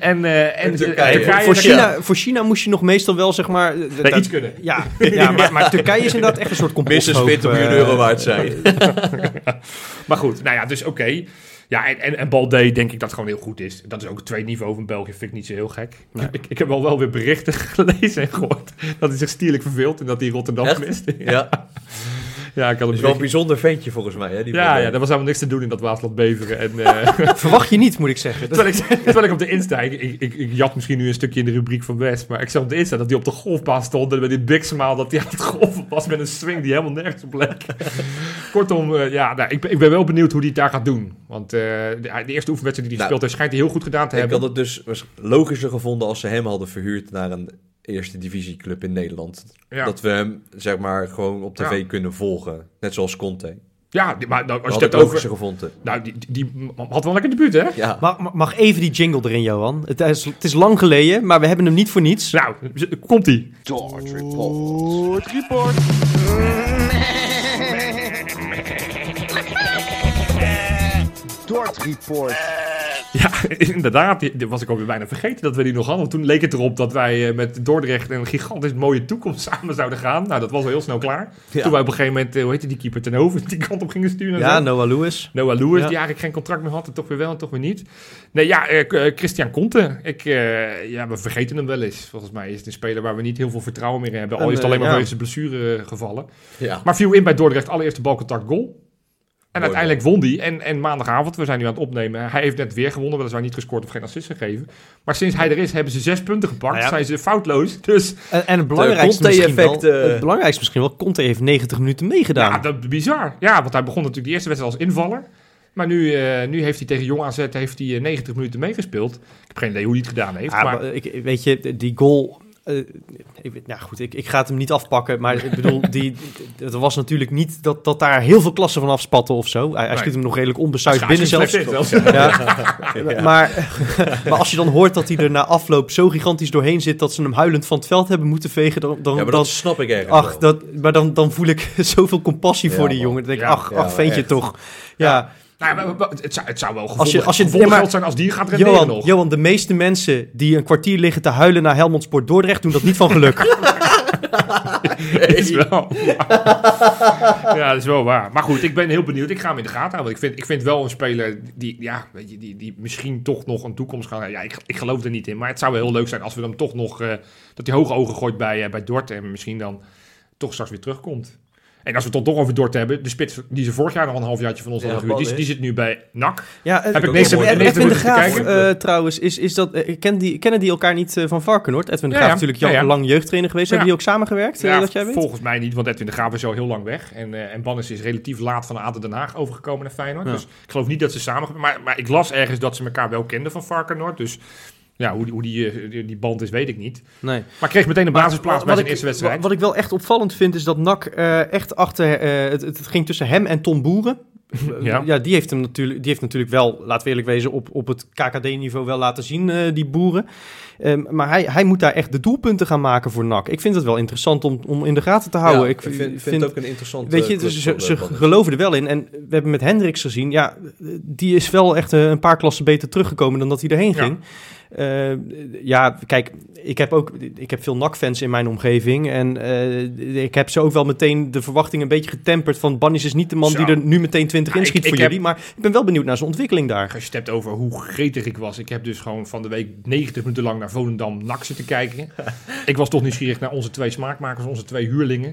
Turkije. Voor China moest je nog meestal wel, zeg maar... iets kunnen. Ja, maar Turkije is inderdaad echt een soort composthoop. Minstens 40 miljoen euro waard zijn. Maar goed, nou ja, dus oké. Ja, en Balde denk ik dat gewoon heel goed is. Dat is ook het tweede niveau van België, vind ik niet zo heel gek. Nee. Ik heb wel weer berichten gelezen en gehoord dat hij zich stierlijk verveelt en dat hij Rotterdam mist. Ja. Ja, ik had is wel een bijzonder ventje volgens mij. Hè, er was helemaal niks te doen in dat Waasland-Beveren. Verwacht je niet, moet ik zeggen. Terwijl ik op de Insta, ik jat misschien nu een stukje in de rubriek van West, maar ik zag op de Insta dat hij op de golfbaan stond en met dit bliksemaal dat hij aan het golven was met een swing die helemaal nergens op leek. Kortom, ik ben wel benieuwd hoe hij het daar gaat doen. Want de eerste oefenwedstrijd die hij gespeeld heeft, schijnt hij heel goed gedaan te hebben. Ik had het dus logischer gevonden als ze hem hadden verhuurd naar een eerste divisieclub in Nederland. Ja. Dat we hem, zeg maar, gewoon op tv kunnen volgen. Net zoals Conte. Ja, maar als je het over gevonden. Nou, die had wel lekker debuut, hè? Ja. Mag even die jingle erin, Johan? Het is lang geleden, maar we hebben hem niet voor niets. Nou, komt-ie. Dort Report. Dort Report. Ja, inderdaad. Die was ik alweer bijna vergeten dat we die nog hadden. Want toen leek het erop dat wij met Dordrecht een gigantisch mooie toekomst samen zouden gaan. Nou, dat was al heel snel klaar. Ja. Toen wij op een gegeven moment, hoe heette die keeper ten Hoven, die kant op gingen sturen. Ja, Noah Lewis. Die eigenlijk geen contract meer had. En toch weer wel en toch weer niet. Nee, ja, Christian Conte. We vergeten hem wel eens. Volgens mij is het een speler waar we niet heel veel vertrouwen meer in hebben. Al is het alleen maar vanwege zijn blessure gevallen. Ja. Maar viel in bij Dordrecht, allereerste balcontact goal. En uiteindelijk won die. En maandagavond, we zijn nu aan het opnemen. Hij heeft net weer gewonnen, weliswaar niet gescoord of geen assist gegeven. Maar sinds hij er is, hebben ze 6 punten gepakt. Zijn ze foutloos. Dus en het belangrijkste misschien wel, Conte heeft 90 minuten meegedaan. Ja, dat is bizar. Ja, want hij begon natuurlijk de eerste wedstrijd als invaller. Maar nu heeft hij tegen Jong AZ 90 minuten meegespeeld. Ik heb geen idee hoe hij het gedaan heeft. Ja, maar weet je, die goal... ik ga het hem niet afpakken, maar ik bedoel, het was natuurlijk niet dat daar heel veel klassen van afspatten of zo. Hij schiet hem nog redelijk onbesuisd binnen zelfs. Ja. Maar als je dan hoort dat hij er na afloop zo gigantisch doorheen zit dat ze hem huilend van het veld hebben moeten vegen, dan dat snap ik ergens. Maar dan voel ik zoveel compassie voor die jongen. Dan denk ik, vent je toch. Ja. Nou, het zou wel geld zijn als die gaat renderen nog. Johan, de meeste mensen die een kwartier liggen te huilen naar Helmond Sport Dordrecht doen dat niet van geluk. Is wel. Ja, dat is wel waar. Maar goed, ik ben heel benieuwd. Ik ga hem in de gaten houden. Ik vind wel een speler die misschien toch nog een toekomst gaat hebben. Ja, ik geloof er niet in. Maar het zou wel heel leuk zijn als we hem toch nog... dat hij hoge ogen gooit bij Dort en misschien dan toch straks weer terugkomt. En als we het dan toch over Dort hebben, de spits die ze vorig jaar nog een halfjaartje van ons hadden gehuurd, die zit nu bij NAC. Ja, heb ik Edwin de Graaf trouwens, is dat, kennen die elkaar niet van Varkenoord? Edwin de Graaf is natuurlijk lang jeugdtrainer geweest. Hebben die ook samengewerkt, dat jij weet? Volgens mij niet, want Edwin de Graaf is al heel lang weg. En Bannis is relatief laat van ADO Den Haag overgekomen naar Feyenoord. Ja. Dus ik geloof niet dat ze samen... Maar ik las ergens dat ze elkaar wel kenden van Varkenoord, dus... Ja, hoe die band is, weet ik niet. Nee. Maar kreeg meteen een basisplaats bij zijn eerste wedstrijd. Wat ik wel echt opvallend vind, is dat NAC echt achter... Het ging tussen hem en Tom Boeren. Ja, die heeft natuurlijk wel, laten we eerlijk wezen, op het KKD-niveau wel laten zien, die Boeren. Maar hij moet daar echt de doelpunten gaan maken voor NAC. Ik vind het wel interessant om in de gaten te houden. Ja, ik vind het ook een interessant... Weet je, ze geloven er wel in. En we hebben met Hendricks gezien, ja, die is wel echt een paar klassen beter teruggekomen dan dat hij erheen ging. Kijk, ik heb veel NAC-fans in mijn omgeving en ik heb ze ook wel meteen de verwachting een beetje getemperd van Bannis is niet de man die er nu meteen 20 inschiet voor jullie, maar ik ben wel benieuwd naar zijn ontwikkeling daar. Als je het hebt over hoe gretig ik was, ik heb dus gewoon van de week 90 minuten lang naar Volendam NAC zitten kijken. Ik was toch nieuwsgierig naar onze 2 smaakmakers, onze 2 huurlingen.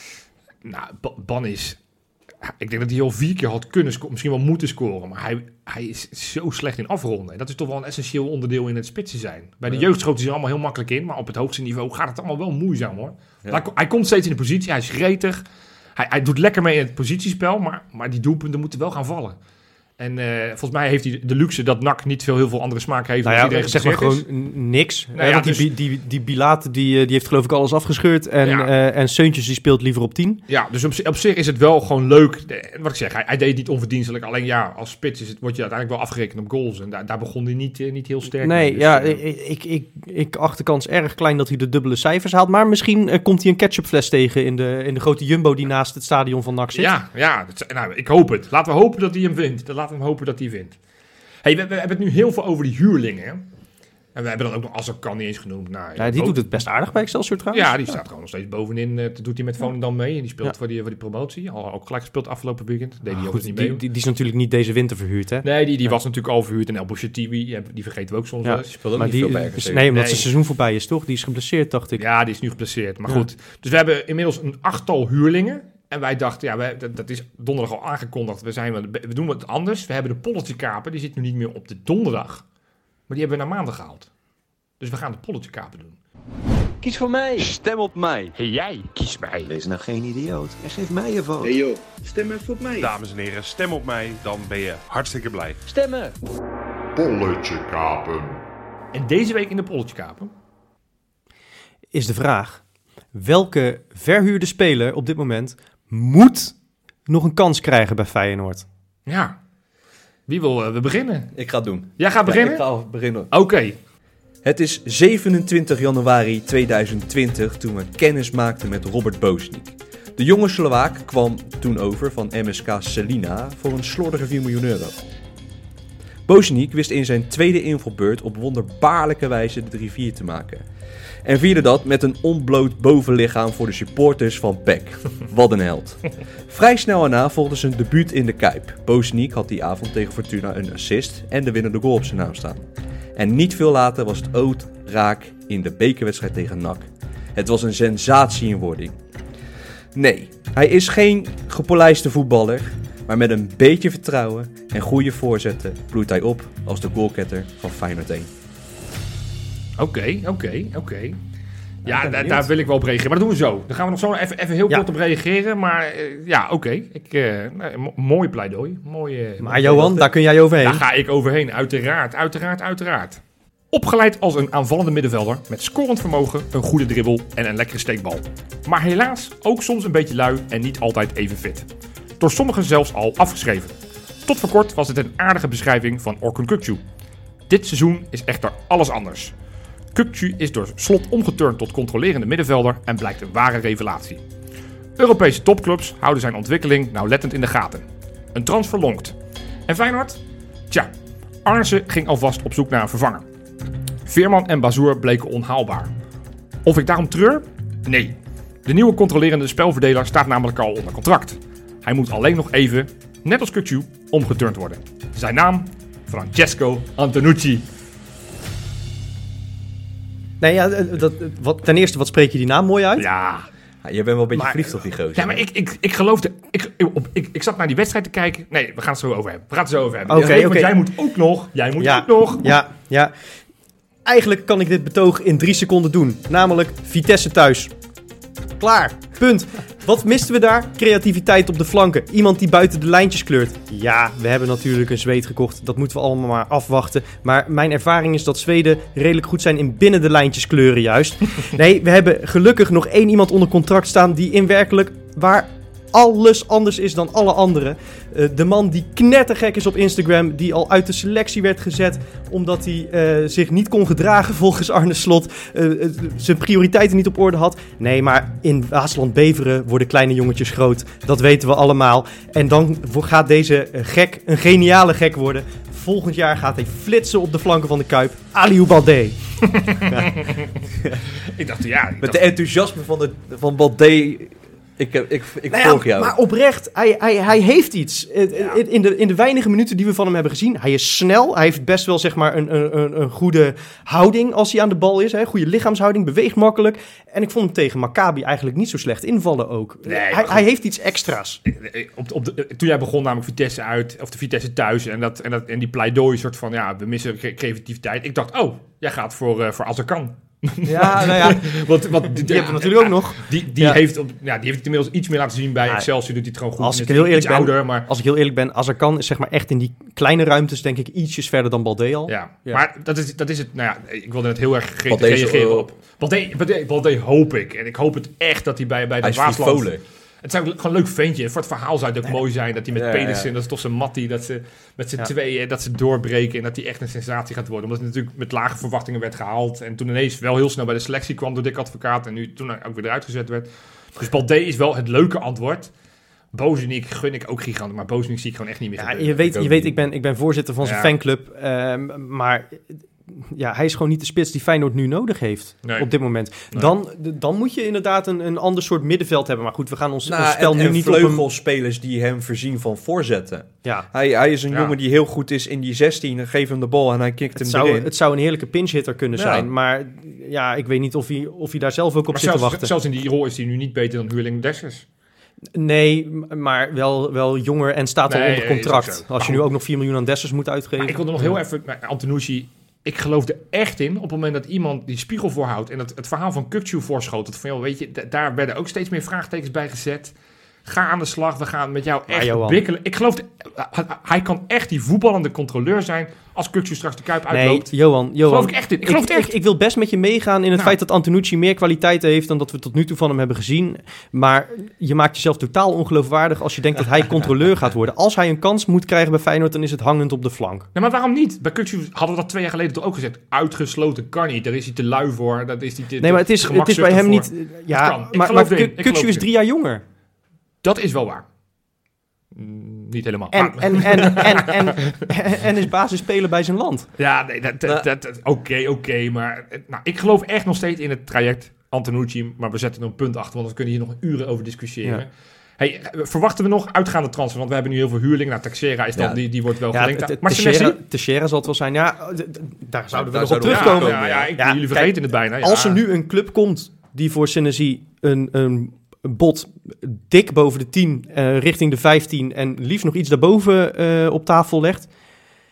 Nou, Bannis... Ik denk dat hij al 4 keer had kunnen scoren, misschien wel moeten scoren. Maar hij is zo slecht in afronden. En dat is toch wel een essentieel onderdeel in het spitsen zijn. Bij de jeugd schoot hij er allemaal heel makkelijk in. Maar op het hoogste niveau gaat het allemaal wel moeizaam, hoor. Ja. Hij komt steeds in de positie, hij is gretig. Hij doet lekker mee in het positiespel. Maar die doelpunten moeten wel gaan vallen. En volgens mij heeft hij de luxe dat NAC niet heel veel andere smaak heeft. Nou ja, zeg maar gewoon niks. Want die Bilaat die heeft geloof ik alles afgescheurd. En Seuntjes die speelt liever op 10. Ja, dus op zich is het wel gewoon leuk. Wat ik zeg, hij deed het niet onverdienstelijk. Alleen ja, als spits word je uiteindelijk wel afgerekend op goals. En daar begon hij niet heel sterk mee. Dus, ik acht de kans erg klein dat hij de dubbele cijfers haalt. Maar misschien komt hij een ketchupfles tegen in de grote Jumbo die naast het stadion van NAC zit. Ja, ik hoop het. Laten we hopen dat hij hem vindt. Laten we hopen dat hij wint. Hey, we hebben het nu heel veel over die huurlingen. Hè? En we hebben dan ook nog Azarkan niet eens genoemd. Nou, die doet het best aardig bij Excelsior trouwens. Ja, die staat gewoon nog steeds bovenin. Dat doet hij met Volendam mee. En die speelt voor die promotie. Al ook gelijk gespeeld afgelopen weekend. Deed hij ook niet mee. Die is natuurlijk niet deze winter verhuurd, hè? Nee, die was natuurlijk al verhuurd. En El Bouchatiwi, die vergeten we ook soms wel eens. Speelt ook niet veel bij RKC. Nee, omdat zijn seizoen voorbij is, toch? Die is geblesseerd, dacht ik. Ja, die is nu geblesseerd. Maar goed. Dus we hebben inmiddels een 8-tal huurlingen. En wij dachten, dat is donderdag al aangekondigd. We doen het anders. We hebben de Polletje Kapen. Die zit nu niet meer op de donderdag. Maar die hebben we naar maandag gehaald. Dus we gaan de Polletje Kapen doen. Kies voor mij. Stem op mij. Hey, jij, kies mij. Wees nou geen idioot. En geef mij je vote. Hey joh, stem even op mij. Dames en heren, stem op mij. Dan ben je hartstikke blij. Stemmen. Polletje Kapen. En deze week in de Polletje Kapen is de vraag: welke verhuurde speler op dit moment moet nog een kans krijgen bij Feyenoord? Ja. Wie wil we beginnen? Ik ga het doen. Jij gaat beginnen? Ik ga beginnen. Oké. Het is 27 januari 2020 toen we kennis maakten met Robert Bosniek. De jonge Slovaak kwam toen over van MSK Celina voor een slordige 4 miljoen euro. Bosniek wist in zijn tweede invalbeurt op wonderbaarlijke wijze de 3-4 te maken. En vierde dat met een onbloot bovenlichaam voor de supporters van PEC. Wat een held. Vrij snel daarna volgde zijn debuut in de Kuip. Bosniek had die avond tegen Fortuna een assist en de winnende goal op zijn naam staan. En niet veel later was het oud raak in de bekerwedstrijd tegen NAC. Het was een sensatie in wording. Nee, hij is geen gepolijste voetballer, maar met een beetje vertrouwen en goede voorzetten bloeit hij op als de goalgetter van Feyenoord 1. Oké. Ja, daar wil ik wel op reageren. Maar dat doen we zo. Dan gaan we nog zo even heel kort op reageren. Maar oké. Mooi pleidooi. Maar Johan, daar kun jij overheen. Daar ga ik overheen. Uiteraard. Opgeleid als een aanvallende middenvelder met scorend vermogen, een goede dribbel en een lekkere steekbal. Maar helaas ook soms een beetje lui en niet altijd even fit. Door sommigen zelfs al afgeschreven. Tot voor kort was het een aardige beschrijving van Orkun Kökçü. Dit seizoen is echter alles anders. Kökçü is door Slot omgeturnd tot controlerende middenvelder en blijkt een ware revelatie. Europese topclubs houden zijn ontwikkeling nauwlettend in de gaten. Een transfer lonkt. En Feyenoord? Tja, Arnesen ging alvast op zoek naar een vervanger. Veerman en Bazoer bleken onhaalbaar. Of ik daarom treur? Nee. De nieuwe controlerende spelverdeler staat namelijk al onder contract. Hij moet alleen nog even, net als Kökçü, omgeturnd worden. Zijn naam? Francesco Antonucci. Nee, ja, ten eerste, wat spreek je die naam mooi uit? Ja. Je bent wel een beetje verliefd op die gozer. Ja, maar ik geloofde... Ik zat naar die wedstrijd te kijken. Nee, we gaan het zo over hebben. Oké. Want jij moet ook nog... Ja. Eigenlijk kan ik dit betoog in 3 seconden doen. Namelijk Vitesse thuis. Klaar. Punt. Wat misten we daar? Creativiteit op de flanken. Iemand die buiten de lijntjes kleurt. Ja, we hebben natuurlijk een Zweed gekocht. Dat moeten we allemaal maar afwachten. Maar mijn ervaring is dat Zweden redelijk goed zijn in binnen de lijntjes kleuren juist. Nee, we hebben gelukkig nog 1 iemand onder contract staan die in werkelijk waar alles anders is dan alle anderen. De man die knettergek is op Instagram, die al uit de selectie werd gezet omdat hij zich niet kon gedragen volgens Arne Slot, zijn prioriteiten niet op orde had. Nee, maar in Waasland-Beveren worden kleine jongetjes groot. Dat weten we allemaal. En dan gaat deze gek een geniale gek worden. Volgend jaar gaat hij flitsen op de flanken van de Kuip. Aliou Baldé. Ik dacht, met de enthousiasme van Baldé. Ik volg jou. Maar oprecht, hij heeft iets. In de weinige minuten die we van hem hebben gezien. Hij is snel. Hij heeft best wel zeg maar een goede houding als hij aan de bal is. Hè? Goede lichaamshouding, beweegt makkelijk. En ik vond hem tegen Maccabi eigenlijk niet zo slecht invallen ook. Nee, hij heeft iets extra's. Toen jij begon namelijk Vitesse uit, of de Vitesse thuis. En die pleidooi soort van, we missen creativiteit. Ik dacht, jij gaat voor Azarkan. Ja, nou ja. Want die hebben we natuurlijk ook nog. Die heeft het inmiddels iets meer laten zien bij Excelsior. Doet hij het gewoon goed. Als ik heel eerlijk ben, Azarkan is zeg maar echt in die kleine ruimtes denk ik ietsjes verder dan Baldé al. Ja. Maar dat is het. Ik wilde net heel erg reageren op. Baldé hoop ik. En ik hoop het echt dat hij bij de Waasland... Het zou gewoon een leuk ventje. Voor het verhaal zou het ook mooi zijn dat hij met Pedersen, dat is toch zijn mattie, dat ze met z'n tweeën, dat ze doorbreken en dat hij echt een sensatie gaat worden. Omdat hij natuurlijk met lage verwachtingen werd gehaald en toen ineens wel heel snel bij de selectie kwam door Dick Advocaat en toen ook weer eruit gezet werd. Dus Baldé is wel het leuke antwoord. Bozeniek gun ik ook gigantisch, maar Bozeniek zie ik gewoon echt niet meer gebeuren. Je weet ik ben voorzitter van zijn fanclub, maar... Ja, hij is gewoon niet de spits die Feyenoord nu nodig heeft op dit moment. Nee. Dan moet je inderdaad een ander soort middenveld hebben. Maar goed, we gaan ons spel nu niet op vleugelspelers die hem voorzien van voorzetten. Ja. Hij is een jongen die heel goed is in die 16. Dan geef hem de bal en hij kikt hem erin. Het zou een heerlijke pinch-hitter kunnen zijn. Maar ik weet niet of hij daar zelf ook op zit te wachten. Zelfs in die rol is hij nu niet beter dan Huurling Dessers. Nee, maar wel jonger en staat al onder contract. Als je nu ook nog 4 miljoen aan Dessers moet uitgeven. Maar ik wilde nog heel even... Antonucci... Ik geloof er echt in, op het moment dat iemand die spiegel voorhoudt en het verhaal van Kökçü voorschoot, dat van, weet je, daar werden ook steeds meer vraagtekens bij gezet. Ga aan de slag, we gaan met jou echt bikkelen. Ik geloof, hij kan echt die voetballende controleur zijn als Kökçü straks de Kuip uitloopt. Nee, Johan. Geloof ik echt in. Ik wil best met je meegaan in het feit dat Antonucci meer kwaliteiten heeft dan dat we tot nu toe van hem hebben gezien. Maar je maakt jezelf totaal ongeloofwaardig als je denkt dat hij controleur gaat worden. Als hij een kans moet krijgen bij Feyenoord, dan is het hangend op de flank. Nee, maar waarom niet? Bij Kökçü hadden we dat 2 jaar geleden toch ook gezegd. Uitgesloten kan niet. Daar is hij te lui voor. Dat is hij nee, maar het is bij hem niet... Ja, maar Kökçü is 3 jaar jonger. Dat is wel waar. Niet helemaal. En is basisspeler bij zijn land. Ja, nee, oké, maar ik geloof echt nog steeds in het traject Antonucci, maar we zetten er een punt achter, want we kunnen hier nog uren over discussiëren. Ja. Hey, verwachten we nog uitgaande transfer? Want we hebben nu heel veel huurlingen. Texera is dan, die wordt wel gelinkt. Maar Texera zal het wel zijn. Ja, daar zouden we nog op terugkomen. Jullie vergeten het bijna. Ja. Als er nu een club komt die voor Senesi een bod dik boven de 10 richting de 15 en liefst nog iets daarboven op tafel legt.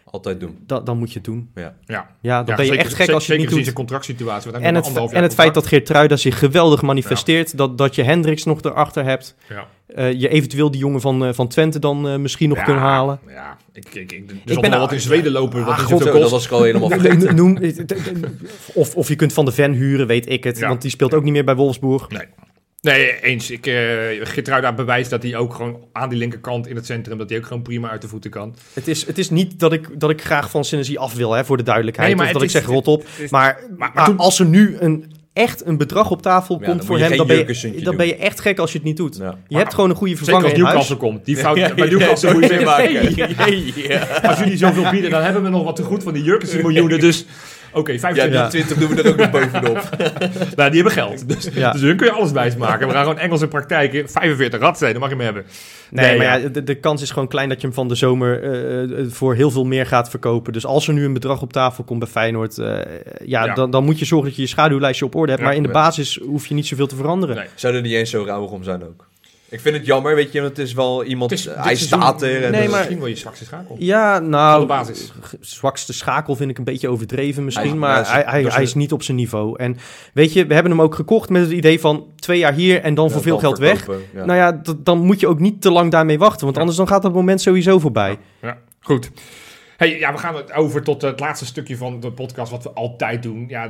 Altijd doen. Dan moet je het doen. Ja. Ja, dan ben je echt gek als je het niet doet. Zeker contractsituatie. En het feit dat Geertruida zich geweldig manifesteert, dat je Hendricks nog erachter hebt. Ja. Je eventueel die jongen van Twente dan misschien nog kunnen halen. Ja, er zal wel wat in Zweden lopen. Dat was ik al helemaal vergeten. Of je kunt Van de Ven huren, weet ik het. Ja. Want die speelt ook niet meer bij Wolfsburg. Nee, eens. Geertruida bewijst dat hij ook gewoon aan die linkerkant in het centrum, dat hij ook gewoon prima uit de voeten kan. Het is niet dat ik graag van Senesi af wil, hè, voor de duidelijkheid. Nee, maar of dat ik zeg rot op. Maar toen, als er nu echt een bedrag op tafel komt voor hem, dan ben je echt gek als je het niet doet. Ja. Je hebt gewoon een goede vervanger in huis. Zeker als Newcastle komt. Die fout bij Newcastle moet je mee maken. Als jullie zoveel bieden, dan hebben we nog wat te goed van die Jurkensen miljoenen. Dus oké, 25. Ja, 20 doen we er ook nog bovenop. Nou, die hebben geld. Dus hun kun je alles wijsmaken. We gaan gewoon Engelse praktijken. 45 radsteden, mag je hem hebben. Nee, maar de kans is gewoon klein dat je hem van de zomer voor heel veel meer gaat verkopen. Dus als er nu een bedrag op tafel komt bij Feyenoord, dan moet je zorgen dat je je schaduwlijstje op orde hebt. Maar in de basis hoef je niet zoveel te veranderen. Nee. Zou er niet eens zo rauwig om zijn ook? Ik vind het jammer, weet je, want het is wel iemand, hij staat er. En misschien wel je zwakste schakel. Ja, nou, de basis. Zwakste schakel vind ik een beetje overdreven misschien, maar hij is niet op zijn niveau. En weet je, we hebben hem ook gekocht met het idee van 2 jaar hier en dan voor veel geld weg. Ja. Nou ja, dan moet je ook niet te lang daarmee wachten, want anders dan gaat dat moment sowieso voorbij. Ja, goed. Hey, we gaan het over tot het laatste stukje van de podcast, wat we altijd doen. Ja,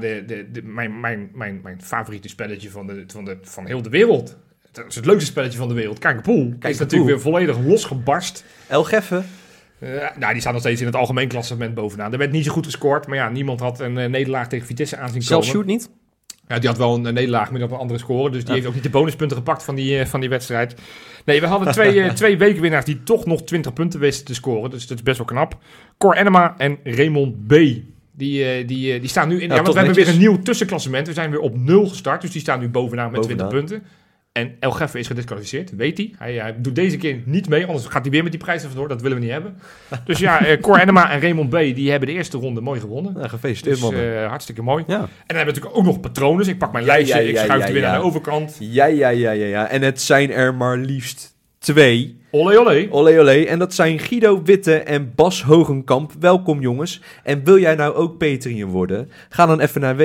mijn favoriete spelletje van heel de wereld. Dat is het leukste spelletje van de wereld. Kijkerpool is natuurlijk weer volledig losgebarst. El Geffe. Die staan nog steeds in het algemeen klassement bovenaan. Er werd niet zo goed gescoord, maar niemand had een nederlaag tegen Vitesse aanzien komen. Zelfs Sjoerd niet? Ja, die had wel een nederlaag met op een andere score. Dus die heeft ook niet de bonuspunten gepakt van die wedstrijd. Nee, we hadden twee weekwinnaars die toch nog 20 punten wisten te scoren. Dus dat is best wel knap. Cor Enema en Raymond B. Die staan nu in... want we hebben weer een nieuw tussenklassement. We zijn weer op 0 gestart. Dus die staan nu bovenaan met 20 punten. En El Geffe is gedisqualificeerd, weet hij. Hij doet deze keer niet mee, anders gaat hij weer met die prijs vandoor. Dat willen we niet hebben. Dus Cor Enema en Raymond B. die hebben de eerste ronde mooi gewonnen. Ja, gefeliciteerd, man. Hartstikke mooi. Ja. En dan hebben we natuurlijk ook nog patronen. Dus ik pak mijn lijstje, ik schuif die weer naar de overkant. Ja. En het zijn er maar liefst 2. Olé, olé. Olé, olé. En dat zijn Guido Witte en Bas Hogenkamp. Welkom, jongens. En wil jij nou ook Patreon worden? Ga dan even naar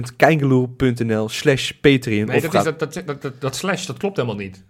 www.keingeloel.nl/Patreon. Nee, dat slash, dat klopt helemaal niet.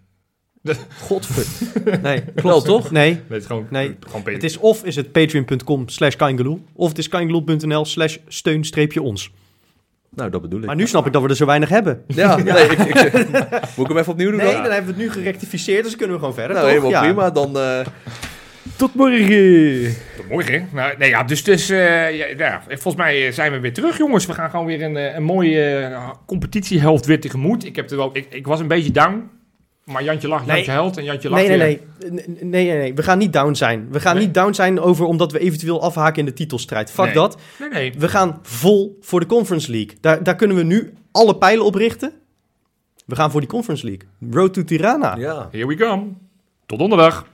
Godver. Nee, klopt toch? Nee. Het is gewoon het is of is het patreon.com/Kaingeloel of het is kaingeloel.nl/steun-ons. Nou, dat bedoel ik. Maar nu snap ik dat we er zo weinig hebben. Ja, nee, moet ik hem even opnieuw doen? Nee, dan hebben we het nu gerectificeerd, dus kunnen we gewoon verder. Nou, helemaal prima. Dan tot morgen. Tot morgen. Nou, dus volgens mij zijn we weer terug, jongens. We gaan gewoon weer een mooie competitiehelft weer tegemoet. Ik was een beetje down. Maar Jantje lacht, Jantje huilt en Jantje lacht Nee. We gaan niet down zijn. We gaan niet down zijn omdat we eventueel afhaken in de titelstrijd. Fuck dat. Nee. We gaan vol voor de Conference League. Daar kunnen we nu alle pijlen op richten. We gaan voor die Conference League. Road to Tirana. Ja. Here we come. Tot donderdag.